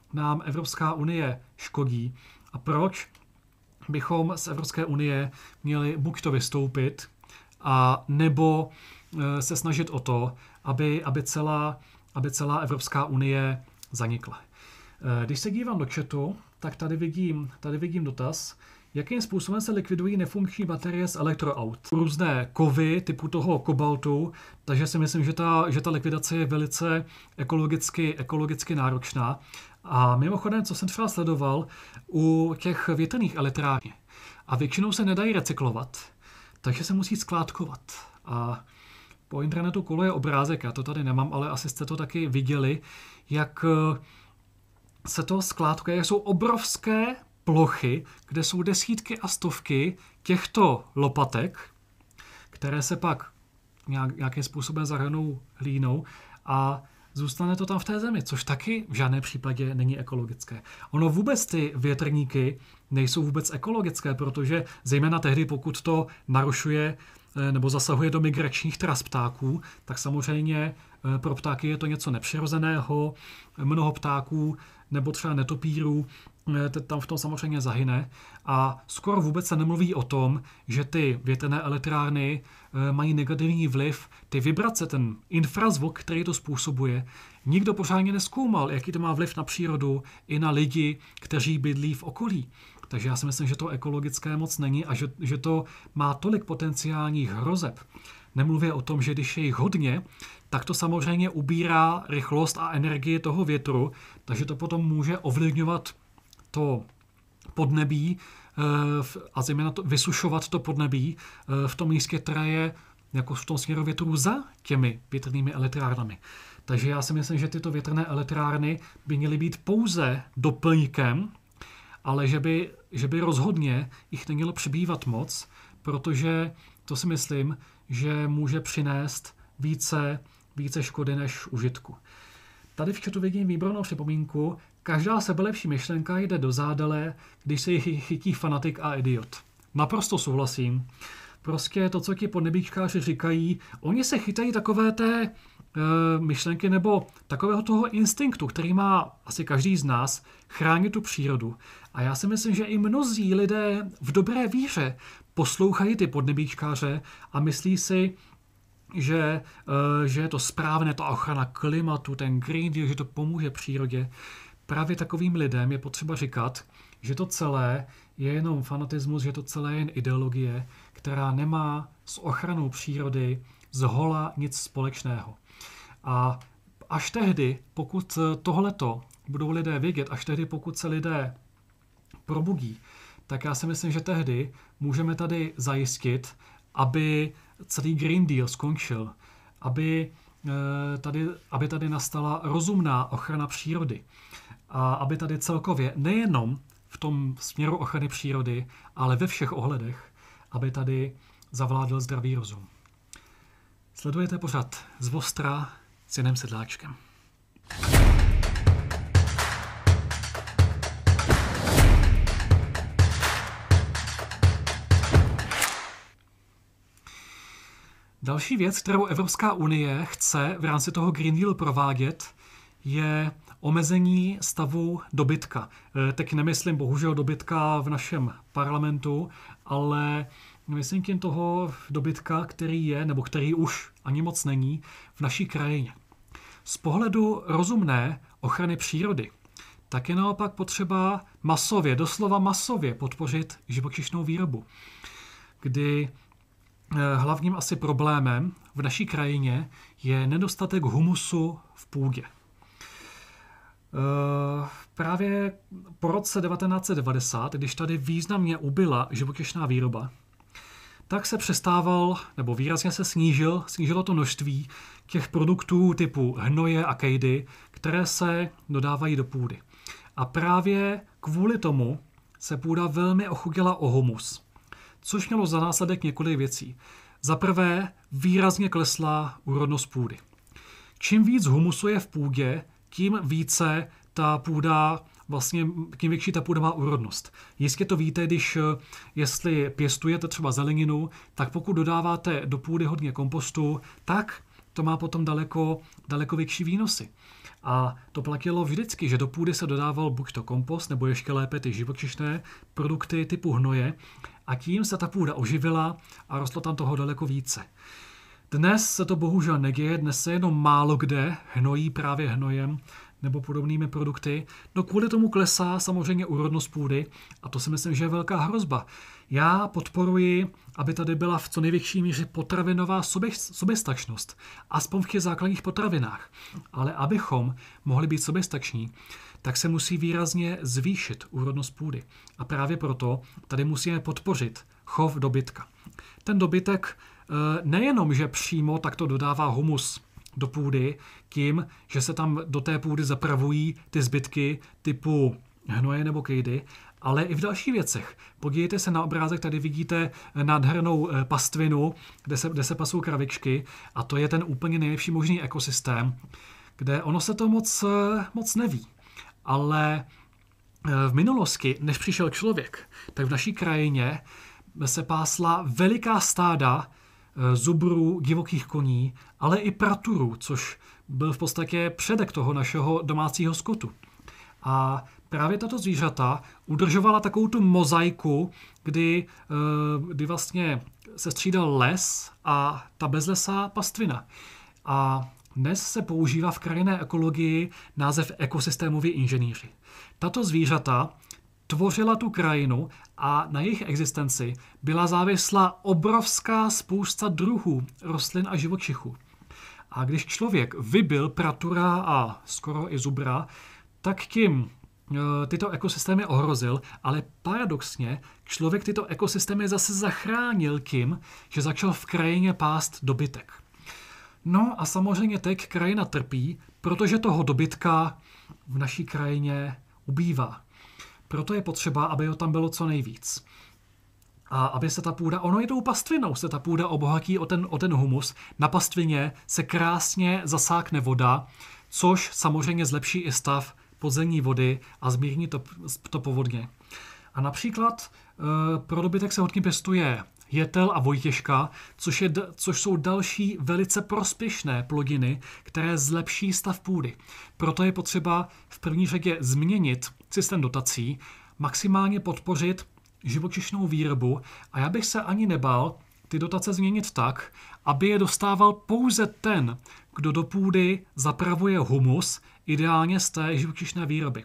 nám Evropská unie škodí a proč bychom z Evropské unie měli buď to vystoupit, a nebo se snažit o to, aby, aby, celá, aby celá Evropská unie zanikla. Když se dívám do chatu, tak tady vidím, tady vidím dotaz, jakým způsobem se likvidují nefunkční baterie z elektroaut. Různé kovy typu toho kobaltu, takže si myslím, že ta, že ta likvidace je velice ekologicky, ekologicky náročná. A mimochodem, co jsem třeba sledoval u těch větrných elektrární, a většinou se nedají recyklovat, takže se musí skládkovat. A po internetu koluje obrázek, já to tady nemám, ale asi jste to taky viděli, jak se to skládkuje, jak jsou obrovské plochy, kde jsou desítky a stovky těchto lopatek, které se pak nějak, nějakým způsobem zahrnou hlínou a zůstane to tam v té zemi, což taky v žádném případě není ekologické. Ono vůbec ty větrníky nejsou vůbec ekologické, protože zejména tehdy, pokud to narušuje nebo zasahuje do migračních tras ptáků, tak samozřejmě pro ptáky je to něco nepřirozeného. Mnoho ptáků nebo třeba netopírů tam v tom samozřejmě zahyne. A skoro vůbec se nemluví o tom, že ty větrné elektrárny mají negativní vliv, ty vibrace, ten infrazvuk, který to způsobuje. Nikdo pořádně nezkoumal, jaký to má vliv na přírodu i na lidi, kteří bydlí v okolí. Takže já si myslím, že to ekologické moc není a že, že to má tolik potenciálních hrozeb. Nemluvě o tom, že když je jich hodně, tak to samozřejmě ubírá rychlost a energii toho větru, takže to potom může ovlivňovat to podnebí a zejména to, vysušovat to podnebí v tom místě, které je jako v tom směru větru za těmi větrnými elektrárnami. Takže já si myslím, že tyto větrné elektrárny by měly být pouze doplňkem, ale že by, že by rozhodně jich nemělo přibývat moc, protože to si myslím, že může přinést více, více škody než užitku. Tady v chatu vidím výbornou připomínku. Každá sebelepší myšlenka jde do zádele, když se jich chytí fanatik a idiot. Naprosto souhlasím. Prostě to, co ti podnebíčkáři říkají, oni se chytají takové té e, myšlenky nebo takového toho instinktu, který má asi každý z nás, chránit tu přírodu. A já si myslím, že i mnozí lidé v dobré víře poslouchají ty podnebíčkáře a myslí si, že, e, že je to správné, ta ochrana klimatu, ten Green Deal, že to pomůže přírodě. Právě takovým lidem je potřeba říkat, že to celé je jenom fanatismus, že to celé je jen ideologie, která nemá s ochranou přírody zhola nic společného. A až tehdy, pokud tohleto budou lidé vědět, až tehdy, pokud se lidé probudí, tak já si myslím, že tehdy můžeme tady zajistit, aby celý Green Deal skončil, aby tady, aby tady nastala rozumná ochrana přírody a aby tady celkově nejenom v tom směru ochrany přírody, ale ve všech ohledech, aby tady zavládl zdravý rozum. Sledujete pořad Z Ostra s Janem Sedláčkem. Další věc, kterou Evropská unie chce v rámci toho Green Deal provádět, je omezení stavu dobytka. Teď nemyslím bohužel dobytka v našem parlamentu, ale myslím tím toho dobytka, který je, nebo který už ani moc není, v naší krajině. Z pohledu rozumné ochrany přírody, tak je naopak potřeba masově, doslova masově podpořit živočišnou výrobu, kdy hlavním asi problémem v naší krajině je nedostatek humusu v půdě. Právě po roce devatenáct set devadesát, když tady významně ubyla živočišná výroba, tak se přestával, nebo výrazně se snížil, snížilo to množství těch produktů typu hnoje a kejdy, které se dodávají do půdy. A právě kvůli tomu se půda velmi ochudila o humus, což mělo za následek několik věcí. Za prvé výrazně klesla úrodnost půdy. Čím víc humusu je v půdě, tím více ta půda, vlastně tím větší ta půda má úrodnost. Jistě to víte, když jestli pěstujete třeba zeleninu, tak pokud dodáváte do půdy hodně kompostu, tak to má potom daleko, daleko větší výnosy. A to platilo vždycky, že do půdy se dodával buď to kompost, nebo ještě lépe ty živočišné produkty typu hnoje a tím se ta půda oživila a rostlo tam toho daleko více. Dnes se to bohužel neděje, dnes se jenom málo kde hnojí právě hnojem nebo podobnými produkty. No kvůli tomu klesá samozřejmě úrodnost půdy a to si myslím, že je velká hrozba. Já podporuji, aby tady byla v co největší míře potravinová soběstačnost, aspoň v těch základních potravinách. Ale abychom mohli být soběstační, tak se musí výrazně zvýšit úrodnost půdy. A právě proto tady musíme podpořit chov dobytka. Ten dobytek nejenom, že přímo takto dodává humus do půdy tím, že se tam do té půdy zapravují ty zbytky typu hnoje nebo kejdy, ale i v dalších věcech. Podívejte se na obrázek, tady vidíte nádhernou pastvinu, kde se, kde se pasou kravičky a to je ten úplně nejlepší možný ekosystém, kde ono se to moc, moc neví. Ale v minulosti, než přišel člověk, tak v naší krajině se pásla veliká stáda zubrů, divokých koní, ale i praturů, což byl v podstatě předek toho našeho domácího skotu. A právě tato zvířata udržovala takovou tu mozaiku, kdy, kdy vlastně se střídal les a ta bezlesá pastvina. A dnes se používá v krajinné ekologii název ekosystémoví inženýři. Tato zvířata tvořila tu krajinu a na jejich existenci byla závislá obrovská spousta druhů rostlin a živočichů. A když člověk vybil pratura a skoro i zubra, tak tím e, tyto ekosystémy ohrozil, ale paradoxně člověk tyto ekosystémy zase zachránil tím, že začal v krajině pást dobytek. No a samozřejmě teď krajina trpí, protože toho dobytka v naší krajině ubývá. Proto je potřeba, aby ho tam bylo co nejvíc. A aby se ta půda, ono je tou pastvinou, se ta půda obohatí o ten, o ten humus. Na pastvině se krásně zasákne voda, což samozřejmě zlepší i stav podzemní vody a zmírní to, to povodně. A například e, pro dobytek se hodně pěstuje jetel a vojtěžka, což, je, což jsou další velice prospěšné plodiny, které zlepší stav půdy. Proto je potřeba v první řadě změnit systém dotací, maximálně podpořit živočišnou výrobu a já bych se ani nebál ty dotace změnit tak, aby je dostával pouze ten, kdo do půdy zapravuje humus, ideálně z té živočišné výroby.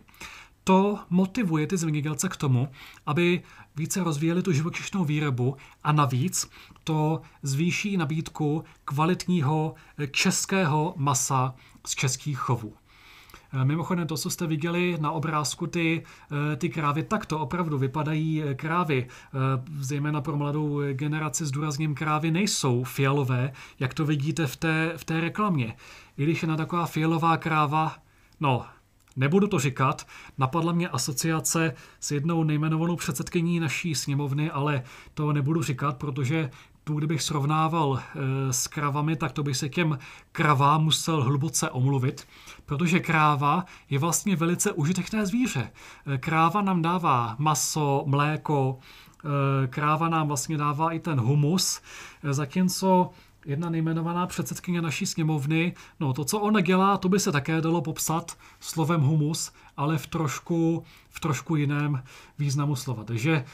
To motivuje ty zemědělce k tomu, aby více rozvíjeli tu živočišnou výrobu a navíc to zvýší nabídku kvalitního českého masa z českých chovů. Mimochodem to, co jste viděli na obrázku, ty, ty krávy, tak to opravdu vypadají krávy. Zejména pro mladou generaci zdůrazním, krávy nejsou fialové, jak to vidíte v té, v té reklamě. I když je na taková fialová kráva, no, nebudu to říkat, napadla mě asociace s jednou nejmenovanou předsedkyní naší sněmovny, ale to nebudu říkat, protože tu, kdybych srovnával e, s kravami, tak to bych se těm kravám musel hluboce omluvit, protože kráva je vlastně velice užitečné zvíře. E, kráva nám dává maso, mléko, e, kráva nám vlastně dává i ten humus, e, zatímco jedna nejmenovaná předsedkyně naší sněmovny, no to, co ona dělá, to by se také dalo popsat slovem humus, ale v trošku, v trošku jiném významu slova. Takže e,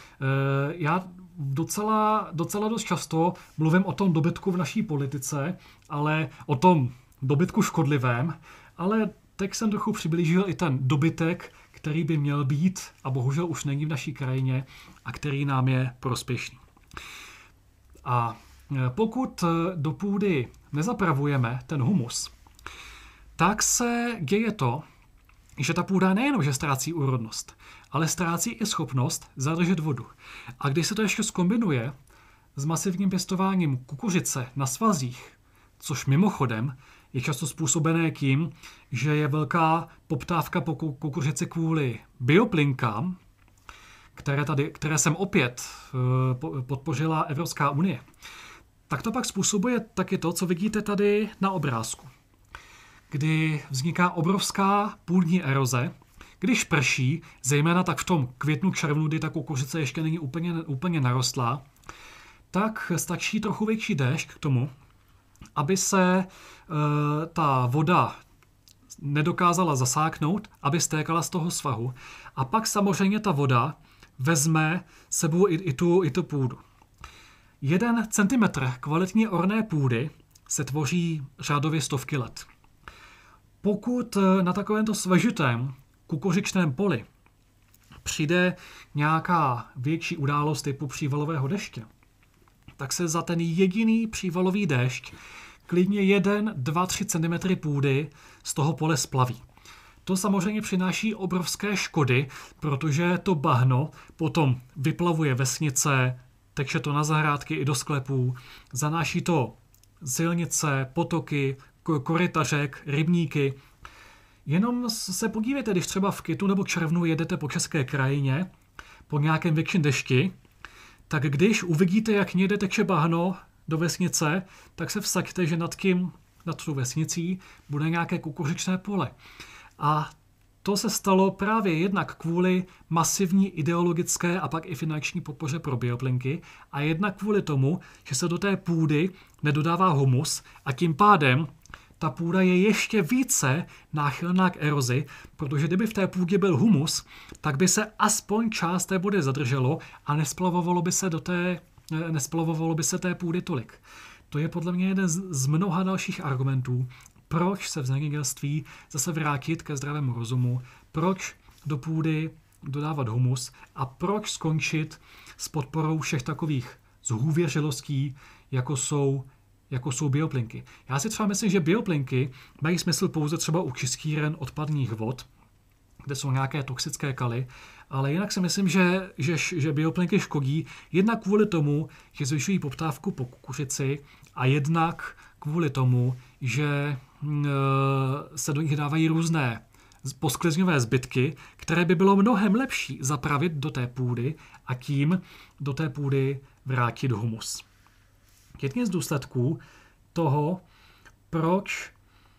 já docela, docela dost často mluvím o tom dobytku v naší politice, ale o tom dobytku škodlivém, ale teď jsem trochu přiblížil i ten dobytek, který by měl být a bohužel už není v naší krajině a který nám je prospěšný. A pokud do půdy nezapravujeme ten humus, tak se děje to, že ta půda nejenom, že ztrácí úrodnost, ale ztrácí i schopnost zadržet vodu. A když se to ještě zkombinuje s masivním pěstováním kukuřice na svazích, což mimochodem je často způsobené tím, že je velká poptávka po kukuřici kvůli bioplynkám, které, tady, které jsem opět uh, podpořila Evropská unie, tak to pak způsobuje taky to, co vidíte tady na obrázku, kdy vzniká obrovská půdní eroze, když prší, zejména tak v tom květnu, červnu, kdy ta kukuřice ještě není úplně, úplně narostlá, tak stačí trochu větší déšť k tomu, aby se uh, ta voda nedokázala zasáknout, aby stékala z toho svahu. A pak samozřejmě ta voda vezme sebou i, i, tu, i tu půdu. Jeden centimetr kvalitní orné půdy se tvoří řádově stovky let. Pokud na takovémto svažitém kukuřičném poli přijde nějaká větší událost typu přívalového deště, tak se za ten jediný přívalový déšť klidně jeden, dva, tři centimetry půdy z toho pole splaví. To samozřejmě přináší obrovské škody, protože to bahno potom vyplavuje vesnice, teče to na zahrádky i do sklepů, zanáší to silnice, potoky, koryta řek, rybníky. Jenom se podívejte, když třeba v květnu nebo červnu jedete po české krajině, po nějakém větším dešti, tak když uvidíte, jak někde teče bahno do vesnice, tak se vsaďte, že nad tím, nad tou vesnicí, bude nějaké kukuřičné pole. A to se stalo právě jednak kvůli masivní ideologické a pak i finanční podpoře pro bioplynky a jednak kvůli tomu, že se do té půdy nedodává humus a tím pádem ta půda je ještě více náchylná k erozi, protože kdyby v té půdě byl humus, tak by se aspoň část té vody zadrželo a nesplavovalo by se do té, nesplavovalo by se té půdy tolik. To je podle mě jeden z mnoha dalších argumentů, proč se v zemědělství zase vrátit ke zdravému rozumu, proč do půdy dodávat humus a proč skončit s podporou všech takových zhůvěřilostí, jako jsou, jako jsou bioplynky. Já si třeba myslím, že bioplynky mají smysl pouze třeba u čistíren odpadních vod, kde jsou nějaké toxické kaly, ale jinak si myslím, že, že, že bioplynky škodí jednak kvůli tomu, že zvyšují poptávku po kukuřici a jednak kvůli tomu, že se do nich dávají různé posklizňové zbytky, které by bylo mnohem lepší zapravit do té půdy a tím do té půdy vrátit humus. Jedním z důsledků toho, proč,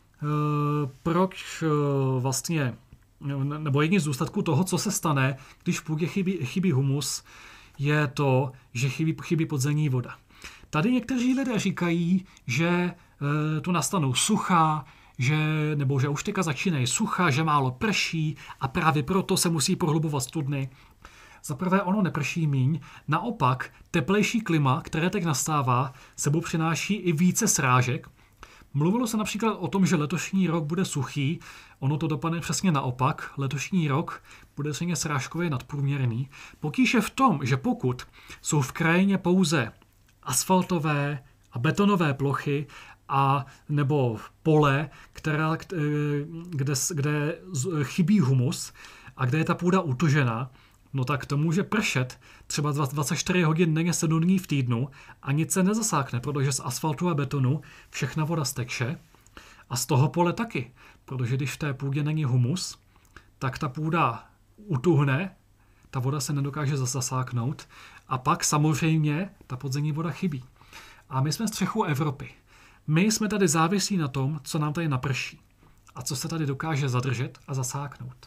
proč vlastně, nebo jedním z důsledků toho, co se stane, když v půdě chybí, chybí humus, je to, že chybí, chybí podzemní voda. Tady někteří lidé říkají, že tu nastanou sucha, že, nebo že už teďka začínají sucha, že málo prší a právě proto se musí prohlubovat studny. Za prvé ono neprší míň, naopak teplejší klima, které teď nastává, sebou přináší i více srážek. Mluvilo se například o tom, že letošní rok bude suchý, ono to dopadne přesně naopak, letošní rok bude stejně srážkově nadprůměrný. Potíž je v tom, že pokud jsou v krajině pouze asfaltové a betonové plochy a nebo pole, která, kde, kde chybí humus a kde je ta půda utužená, no tak to může pršet třeba dvacet čtyři hodin denně sedm dní v týdnu a nic se nezasákne, protože z asfaltu a betonu všechna voda steče a z toho pole taky, protože když v té půdě není humus, tak ta půda utuhne, ta voda se nedokáže zasáknout a pak samozřejmě ta podzemní voda chybí. A my jsme střechou Evropy. My jsme tady závisí na tom, co nám tady naprší a co se tady dokáže zadržet a zasáknout.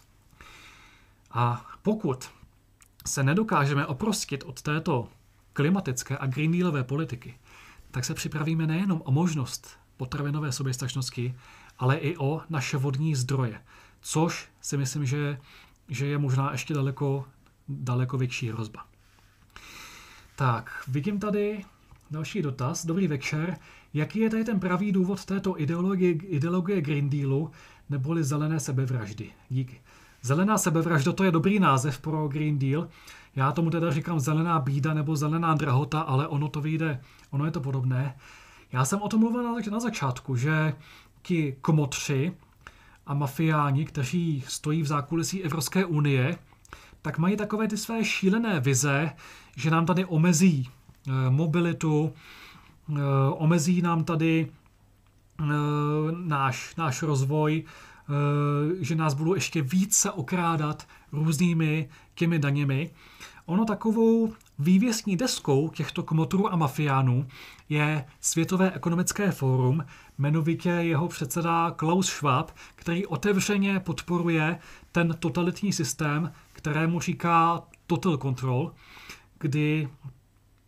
A pokud se nedokážeme oprostit od této klimatické a green dealové politiky, tak se připravíme nejenom o možnost potravinové soběstačnosti, ale i o naše vodní zdroje, což si myslím, že, že je možná ještě daleko, daleko větší hrozba. Tak, vidím tady další dotaz. Dobrý večer. Jaký je tady ten pravý důvod této ideologie, ideologie Green Dealu neboli zelené sebevraždy? Díky. Zelená sebevražda, to je dobrý název pro Green Deal. Já tomu teda říkám zelená bída nebo zelená drahota, ale ono to vyjde, ono je to podobné. Já jsem o tom mluvil na, na začátku, že ti kmotři a mafiáni, kteří stojí v zákulisí Evropské unie, tak mají takové ty své šílené vize, že nám tady omezí e, mobilitu, e, omezí nám tady e, náš, náš rozvoj, že nás budou ještě více okrádat různými těmi daněmi. Ono takovou vývěsní deskou těchto kmotrů a mafiánů je Světové ekonomické fórum, jmenovitě jeho předseda Klaus Schwab, který otevřeně podporuje ten totalitní systém, kterému říká total control, kdy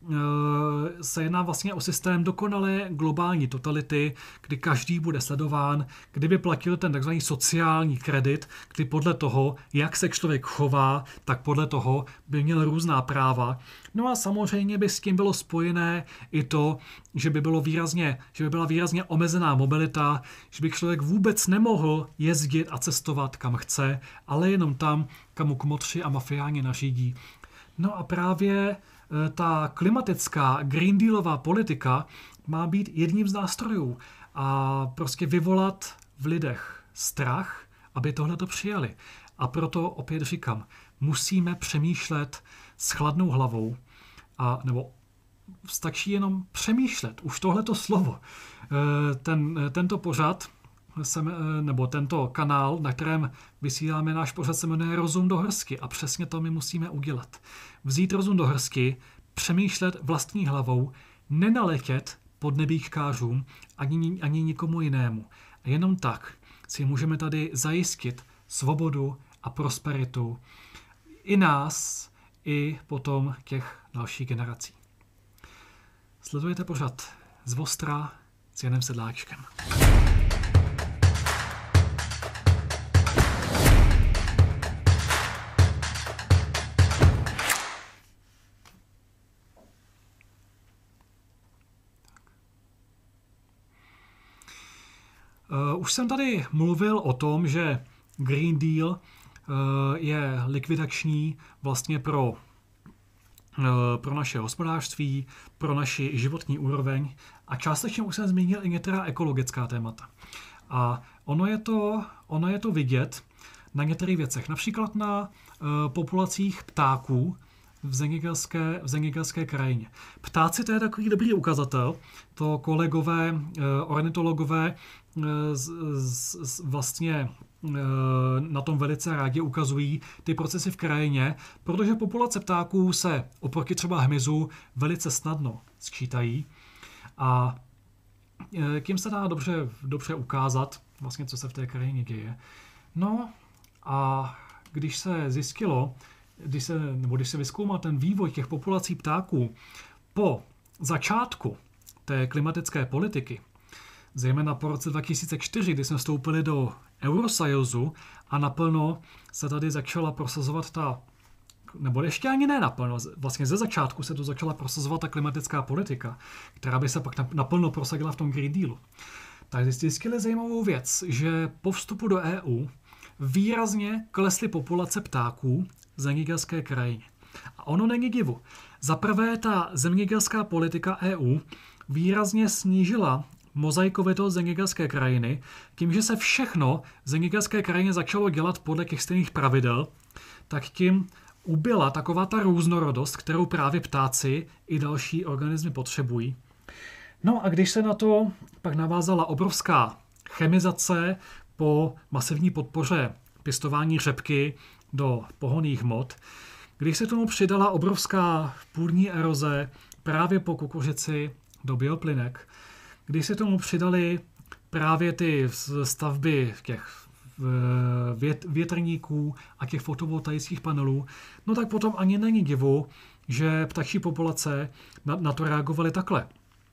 se jedná vlastně o systém dokonalé globální totality, kdy každý bude sledován, kdyby platil ten takzvaný sociální kredit, kdy podle toho, jak se člověk chová, tak podle toho by měl různá práva. No a samozřejmě by s tím bylo spojené i to, že by, bylo výrazně, že by byla výrazně omezená mobilita, že by člověk vůbec nemohl jezdit a cestovat kam chce, ale jenom tam, kam mu kmotři a mafiáni nařídí. No a právě ta klimatická Green Dealová politika má být jedním z nástrojů a prostě vyvolat v lidech strach, aby tohle to přijali. A proto opět říkám, musíme přemýšlet s chladnou hlavou, a, nebo stačí jenom přemýšlet. Už tohleto slovo. Ten, tento pořad, nebo tento kanál, na kterém vysíláme náš pořad, se jmenuje Rozum do hrsky a přesně to my musíme udělat. Vzít rozum do hrsky, přemýšlet vlastní hlavou, nenaletět podnebíčkářům ani, ani nikomu jinému. A jenom tak si můžeme tady zajistit svobodu a prosperitu i nás, i potom těch dalších generací. Sledujete pořad Z Vostra s Janem Sedláčkem. Uh, už jsem tady mluvil o tom, že Green Deal uh, je likvidační vlastně pro, uh, pro naše hospodářství, pro naši životní úroveň a částečně už jsem zmínil i některá ekologická témata. A ono je to, ono je to vidět na některých věcech, například na uh, populacích ptáků v zemědělské, v zemědělské krajině. Ptáci, to je takový dobrý ukazatel, to kolegové, uh, ornitologové Z, z, vlastně na tom velice rádi ukazují ty procesy v krajině, protože populace ptáků se oproti třeba hmyzu velice snadno sčítají a tím se dá dobře, dobře ukázat, vlastně, co se v té krajině děje. No a když se zjistilo, když se, nebo když se vyzkoumal ten vývoj těch populací ptáků po začátku té klimatické politiky, zejména po roce dva tisíce čtyři, kdy jsme vstoupili do Eurosajozu a naplno se tady začala prosazovat ta, nebo ještě ani ne naplno, vlastně ze začátku se to začala prosazovat ta klimatická politika, která by se pak naplno prosadila v tom Green Dealu. Tak zjistili zajímavou věc, že po vstupu do E U výrazně klesly populace ptáků v zemědělské krajině. A ono není divu. Za prvé ta zemědělská politika E U výrazně snížila mozaikovitost zemědělské krajiny, tím, že se všechno v zemědělské krajině začalo dělat podle těch stejných pravidel, tak tím ubyla taková ta různorodost, kterou právě ptáci i další organismy potřebují. No a když se na to pak navázala obrovská chemizace po masivní podpoře pěstování řepky do pohonných hmot, když se tomu přidala obrovská půdní eroze právě po kukuřici do bioplynek, když se tomu přidali právě ty stavby těch větrníků a těch fotovoltaických panelů, no tak potom ani není divu, že ptačí populace na, na to reagovaly takhle.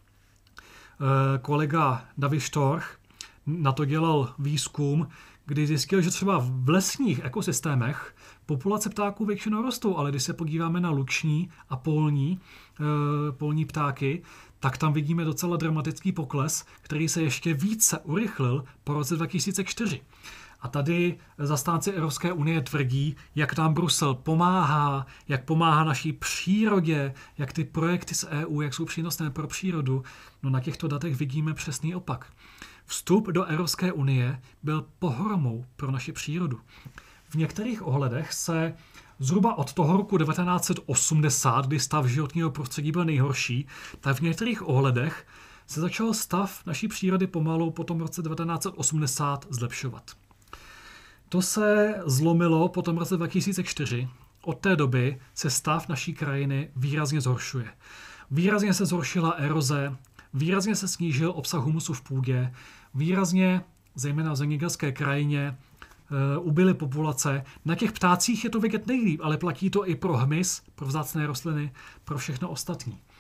Kolega David Storch na to dělal výzkum, kdy zjistil, že třeba v lesních ekosystémech populace ptáků většinou rostou, ale když se podíváme na luční a polní, polní ptáky, tak tam vidíme docela dramatický pokles, který se ještě více urychlil po roce dva tisíce čtyři. A tady zastánci Evropské unie tvrdí, jak nám Brusel pomáhá, jak pomáhá naší přírodě, jak ty projekty z E U, jak jsou přínosné pro přírodu. No na těchto datech vidíme přesný opak. Vstup do Evropské unie byl pohromou pro naši přírodu. V některých ohledech se zhruba od toho roku devatenáct set osmdesát, kdy stav životního prostředí byl nejhorší, tak v některých ohledech se začal stav naší přírody pomalu po tom roce devatenáct set osmdesát zlepšovat. To se zlomilo po tom roce dva tisíce čtyři. Od té doby se stav naší krajiny výrazně zhoršuje. Výrazně se zhoršila eroze, výrazně se snížil obsah humusu v půdě, výrazně, zejména v zemědělské krajině, ubyly populace. Na těch ptácích je to vidět nejlíp, ale platí to i pro hmyz, pro vzácné rostliny, pro všechno ostatní.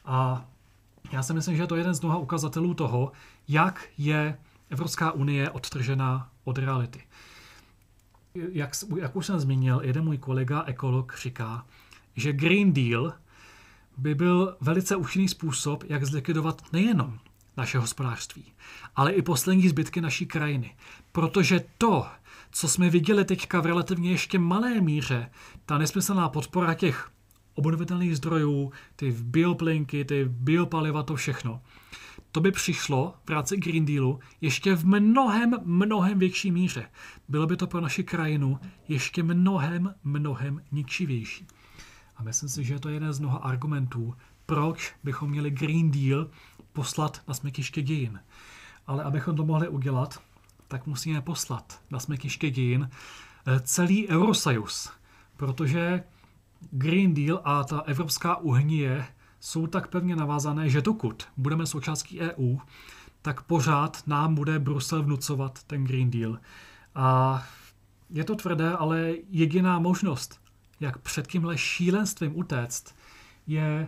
A já si myslím, že je to jeden z mnoha ukazatelů toho, jak je Evropská unie odtržená od reality. Jak, jak už jsem zmínil, jeden můj kolega, ekolog, říká, že Green Deal by byl velice účinný způsob, jak zlikvidovat nejenom naše hospodářství, ale i poslední zbytky naší krajiny. Protože to, co jsme viděli teďka v relativně ještě malé míře, ta nesmyslná podpora těch obnovitelných zdrojů, ty bioplynky, ty biopaliva, to všechno, to by přišlo v rámci Green Dealu ještě v mnohem, mnohem větší míře. Bylo by to pro naši krajinu ještě mnohem, mnohem ničivější. A myslím si, že to je jeden z mnoha argumentů, proč bychom měli Green Deal poslat na smetiště dějin. Ale abychom to mohli udělat, tak musíme poslat na smetiště dějin celý Eurosajus, protože Green Deal a ta Evropská unie jsou tak pevně navázané, že dokud budeme součástí E U, tak pořád nám bude Brusel vnucovat ten Green Deal. A je to tvrdé, ale jediná možnost, jak před tímhle šílenstvím utéct, je,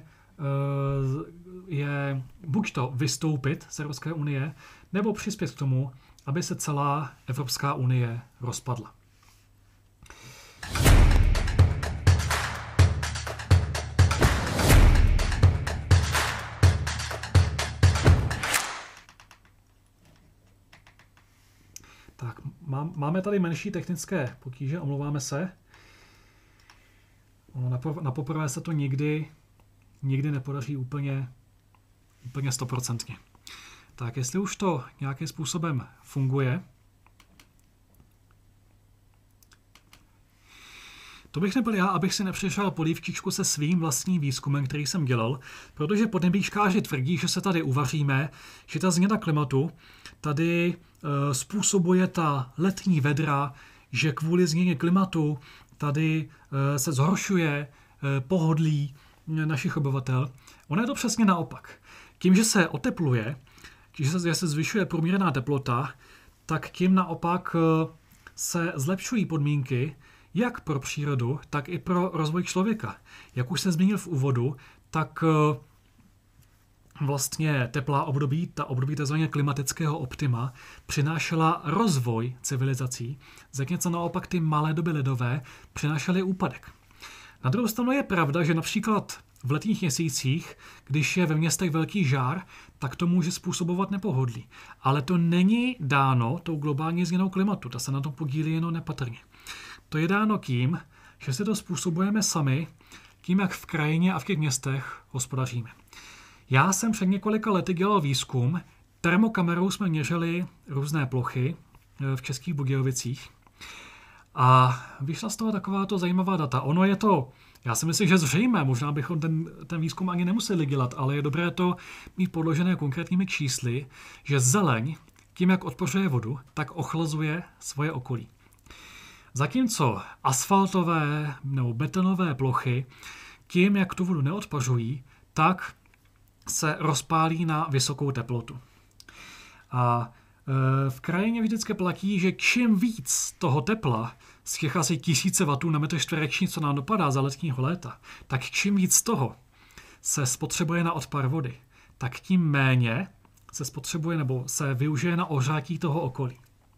je buď to vystoupit z Evropské unie, nebo přispět k tomu, aby se celá Evropská unie rozpadla. Tak, máme tady menší technické potíže, omlouváme se. Na poprvé se to nikdy, nikdy nepodaří úplně, úplně stoprocentně. Tak, jestli už to nějakým způsobem funguje, to bych nebyl já, abych si nepřišel polívčičku se svým vlastním výzkumem, který jsem dělal, protože podnebíčkáři tvrdí, že se tady uvaříme, že ta změna klimatu tady e, způsobuje ta letní vedra, že kvůli změně klimatu tady e, se zhoršuje e, pohodlí našich obyvatel. Ono je to přesně naopak. Tím, že se otepluje, že se, že se zvyšuje průměrná teplota, tak tím naopak e, se zlepšují podmínky jak pro přírodu, tak i pro rozvoj člověka. Jak už jsem zmínil v úvodu, tak vlastně teplá období, ta období tzv. Klimatického optima, přinášela rozvoj civilizací, zatímco naopak ty malé doby ledové přinášely úpadek. Na druhou stranu je pravda, že například v letních měsících, když je ve městech velký žár, tak to může způsobovat nepohodlí. Ale to není dáno tou globální změnou klimatu, ta se na tom podílí jenom nepatrně. To je dáno tím, že si to způsobujeme sami, tím, jak v krajině a v těch městech hospodaříme. Já jsem před několika lety dělal výzkum, termokamerou jsme měřili různé plochy v Českých Budějovicích a vyšla z toho takováto zajímavá data. Ono je to, já si myslím, že zřejmé, možná bychom ten, ten výzkum ani nemuseli dělat, ale je dobré to mít podložené konkrétními čísly, že zeleň, tím, jak odpořuje vodu, tak ochlazuje svoje okolí. Zatímco asfaltové nebo betonové plochy, tím, jak tu vodu neodpařují, tak se rozpálí na vysokou teplotu. A e, v krajině vždycky platí, že čím víc toho tepla, z těch asi tisíce wattů na metr čtvereční, co nám dopadá za letního léta, tak čím víc toho se spotřebuje na odpar vody, tak tím méně se spotřebuje nebo se využije na ohřátí toho okolí.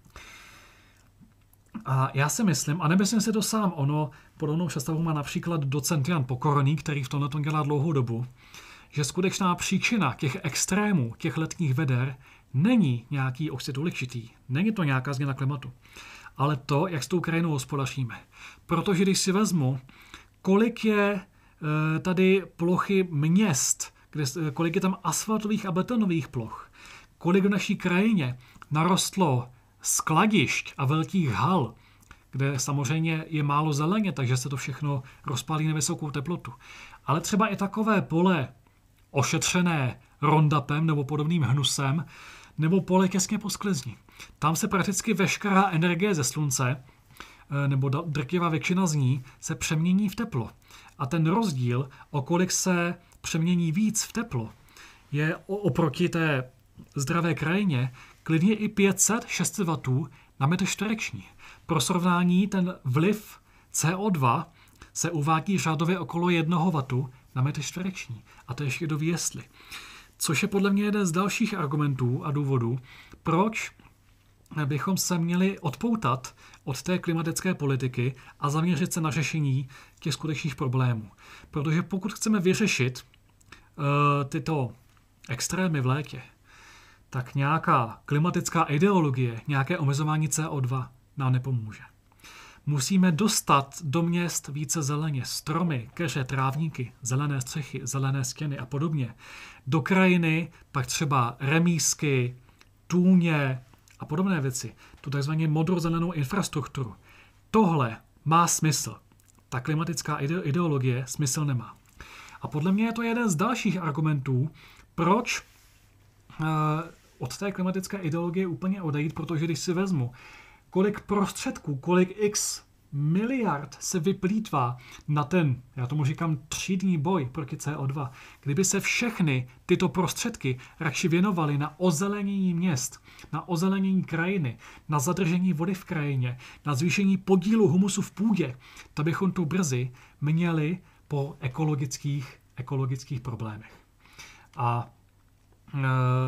A já si myslím, a nemyslím si to sám, ono podobnou představu má například docent Jan Pokorný, který v tomhle tom dělá dlouhou dobu, že skutečná příčina těch extrémů, těch letních veder, není nějaký oxid uhličitý, není to nějaká změna klimatu, ale to, jak s tou krajinou hospodaříme. Protože když si vezmu, kolik je e, tady plochy měst, kde, kolik je tam asfaltových a betonových ploch, kolik v naší krajině narostlo skladišť a velkých hal, kde samozřejmě je málo zeleně, takže se to všechno rozpálí na vysokou teplotu. Ale třeba i takové pole ošetřené Roundupem nebo podobným hnusem, nebo pole těsně po sklizni. Tam se prakticky veškerá energie ze slunce, nebo drtivá většina z ní, se přemění v teplo. A ten rozdíl, o kolik se přemění víc v teplo, je oproti té zdravé krajině klidně i pět set až šest set wattů na metr čtvereční. Pro srovnání ten vliv C O dva se uvádí řádově okolo jednoho watu na metr čtvereční. A to ještě kdo ví jestli. Což je podle mě jeden z dalších argumentů a důvodů, proč bychom se měli odpoutat od té klimatické politiky a zaměřit se na řešení těch skutečných problémů. Protože pokud chceme vyřešit uh, tyto extrémy v létě, tak nějaká klimatická ideologie, nějaké omezování C O dva nám nepomůže. Musíme dostat do měst více zeleně, stromy, keře, trávníky, zelené střechy, zelené stěny a podobně. Do krajiny pak třeba remísky, tůně a podobné věci. Tu takzvaně modrozelenou infrastrukturu. Tohle má smysl. Ta klimatická ideologie smysl nemá. A podle mě je to jeden z dalších argumentů, proč uh, od té klimatické ideologie úplně odejít, protože když si vezmu, kolik prostředků, kolik x miliard se vyplýtvá na ten, já tomu říkám, třídní boj proti C O dva. Kdyby se všechny tyto prostředky radši věnovaly na ozelenění měst, na ozelenění krajiny, na zadržení vody v krajině, na zvýšení podílu humusu v půdě, tak bychom tu brzy měli po ekologických, ekologických problémech. A e,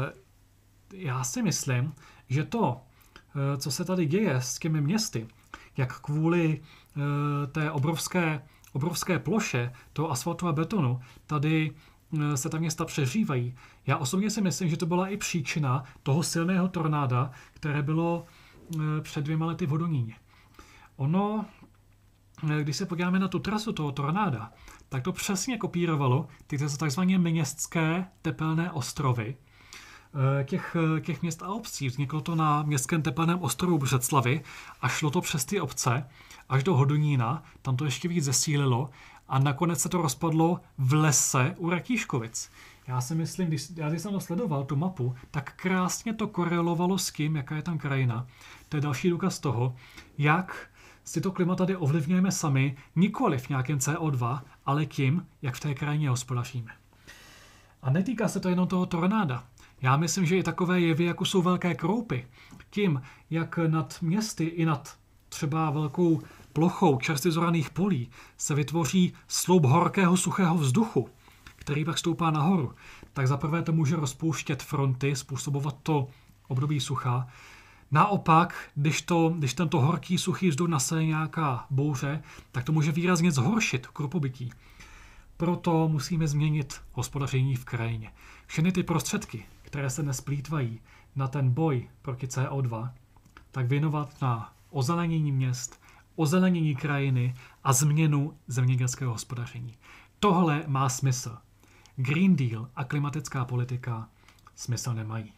já si myslím, že to, co se tady děje s těmi městy, jak kvůli e, té obrovské, obrovské ploše toho asfaltu a betonu tady e, se ta města přežívají. Já osobně si myslím, že to byla i příčina toho silného tornáda, které bylo e, před dvěma lety v Hodoníně. Ono, e, když se podíváme na tu trasu toho tornáda, tak to přesně kopírovalo ty takzvané městské tepelné ostrovy, Těch, těch měst a obcí. Vzniklo to na městském tepelném ostrovu Břeclavi a šlo to přes ty obce až do Hodonína, tam to ještě víc zesílilo a nakonec se to rozpadlo v lese u Ratíškovic. Já si myslím, když, já když jsem to sledoval, tu mapu, tak krásně to korelovalo s tím, jaká je tam krajina. To je další důkaz toho, jak si to klima tady ovlivňujeme sami, nikoli v nějakém C O dva, ale tím, jak v té krajině hospodaříme. A netýká se to jenom toho tornáda. Já myslím, že i takové jevy, jako jsou velké kroupy, tím, jak nad městy i nad třeba velkou plochou čerstvě zoraných polí se vytvoří sloup horkého suchého vzduchu, který pak stoupá nahoru, tak zaprvé to může rozpouštět fronty, způsobovat to období sucha. Naopak, když, to, když tento horký suchý vzduch naseje nějaká bouře, tak to může výrazně zhoršit krupobytí. Proto musíme změnit hospodaření v krajině. Všechny ty prostředky, které se nesplýtvají na ten boj proti C O dva, tak věnovat na ozelenění měst, ozelenění krajiny a změnu zemědělského hospodaření. Tohle má smysl. Green Deal a klimatická politika smysl nemají.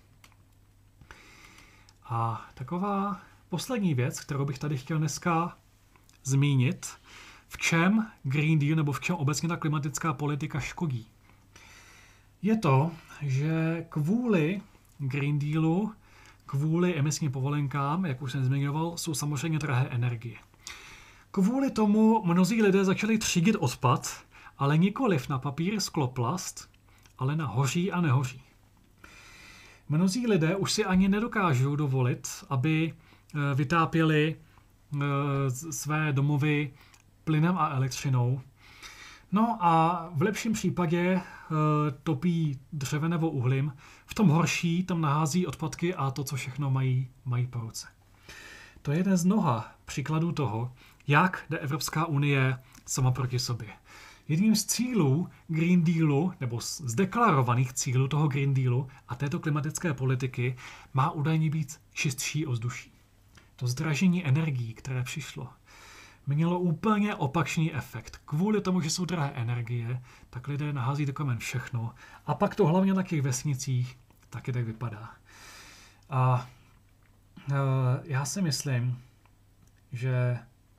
A taková poslední věc, kterou bych tady chtěl dneska zmínit, v čem Green Deal nebo v čem obecně ta klimatická politika škodí, je to, že kvůli Green Dealu, kvůli emisním povolenkám, jak už jsem zmiňoval, jsou samozřejmě drahé energie. Kvůli tomu mnozí lidé začali třídit odpad, ale nikoliv na papír, sklo, plast, ale na hoří a nehoří. Mnozí lidé už si ani nedokážou dovolit, aby vytápěli své domovy plynem a elektřinou. No a v lepším případě e, topí dřevem nebo uhlím, v tom horší tam nahází odpadky a to, co všechno mají, mají po ruce. To je jeden z mnoha příkladů toho, jak jde Evropská unie sama proti sobě. Jedním z cílů Green Dealu, nebo z deklarovaných cílů toho Green Dealu a této klimatické politiky má údajně být čistší ovzduší. To zdražení energií, které přišlo, mělo úplně opačný efekt. Kvůli tomu, že jsou drahé energie, tak lidé nahází do kamen všechno. A pak to hlavně na těch vesnicích taky tak vypadá. A e, já si myslím, že,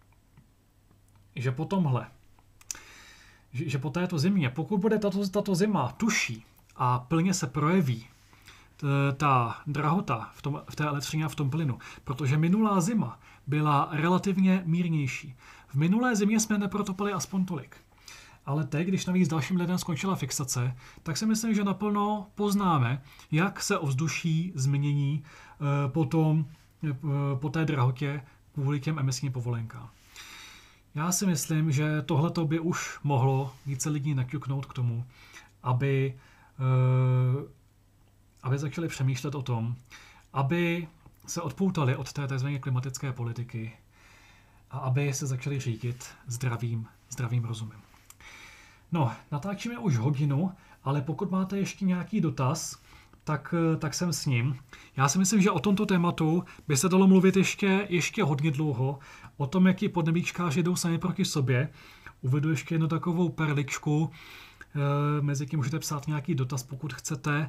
že po tomhle, že, že po této zimě, pokud bude tato, tato zima tuší a plně se projeví ta drahota v, tom, v té elektřině a v tom plynu, protože minulá zima byla relativně mírnější. V minulé zimě jsme neprotopili aspoň tolik. Ale teď, když navíc dalším lidem skončila fixace, tak si myslím, že naplno poznáme, jak se ovzduší změní e, potom, e, po té drahotě kvůli těm emisním povolenkám. Já si myslím, že tohleto by už mohlo více lidí naťuknout k tomu, aby, uh, aby začali přemýšlet o tom, aby se odpoutali od té tzv. Klimatické politiky a aby se začali řídit zdravým, zdravým rozumem. No, natáčíme už hodinu, ale pokud máte ještě nějaký dotaz, tak, tak jsem s ním. Já si myslím, že o tomto tématu by se dalo mluvit ještě, ještě hodně dlouho, o tom, jak ti podnebíčkáři jdou sami proti sobě. Uvedu ještě jednu takovou perličku, mezi tím můžete psát nějaký dotaz, pokud chcete.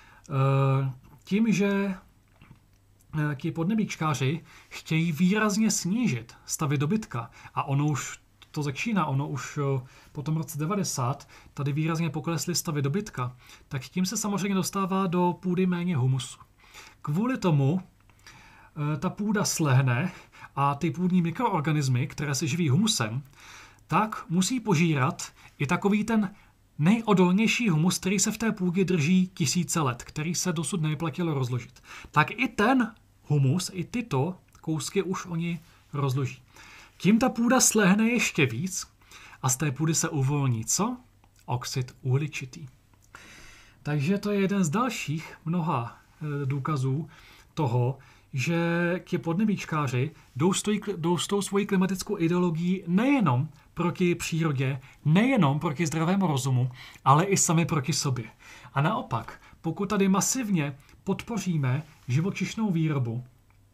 Tím, že ti podnebíčkáři chtějí výrazně snížit stavy dobytka a ono už to začíná, ono už po tom roce devadesát tady výrazně poklesly stavy dobytka, tak tím se samozřejmě dostává do půdy méně humusu. Kvůli tomu ta půda slehne a ty půdní mikroorganismy, které se živí humusem, tak musí požírat i takový ten nejodolnější humus, který se v té půdě drží tisíce let, který se dosud neplatilo rozložit. Tak i ten humus, i tyto kousky už oni rozloží. Tím ta půda slehne ještě víc a z té půdy se uvolní co? Oxid uhličitý. Takže to je jeden z dalších mnoha důkazů toho, že ti podnebíčkáři jdou, stojí, jdou s tou svojí klimatickou ideologií nejenom proti přírodě, nejenom proti zdravému rozumu, ale i sami proti sobě. A naopak, pokud tady masivně podpoříme živočišnou výrobu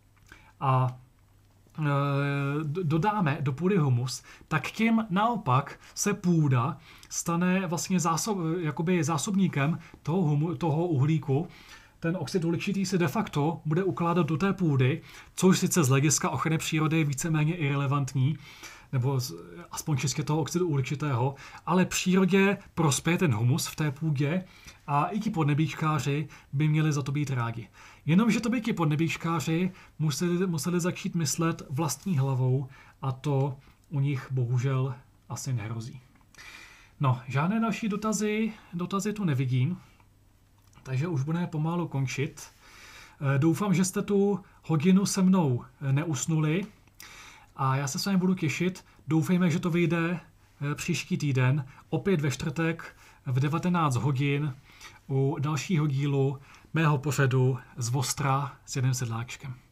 a e, dodáme do půdy humus, tak tím naopak se půda stane vlastně zásob, jakoby zásobníkem toho, humu, toho uhlíku. Ten oxid uhličitý se de facto bude ukládat do té půdy, což sice z hlediska ochrany přírody je víceméně irelevantní, nebo aspoň čistě toho oxidu uhličitého, ale přírodě prospěje ten humus v té půdě a i ti podnebíčkáři by měli za to být rádi. Jenomže to by ti podnebíčkáři museli, museli začít myslet vlastní hlavou a to u nich bohužel asi nehrozí. No, žádné další dotazy, dotazy tu nevidím, takže už budeme pomalu končit. Doufám, že jste tu hodinu se mnou neusnuli a já se s vámi budu těšit. Doufejme, že to vyjde příští týden, opět ve čtvrtek v devatenáct hodin u dalšího dílu mého pořadu z Ostra s jedním sedláčkem.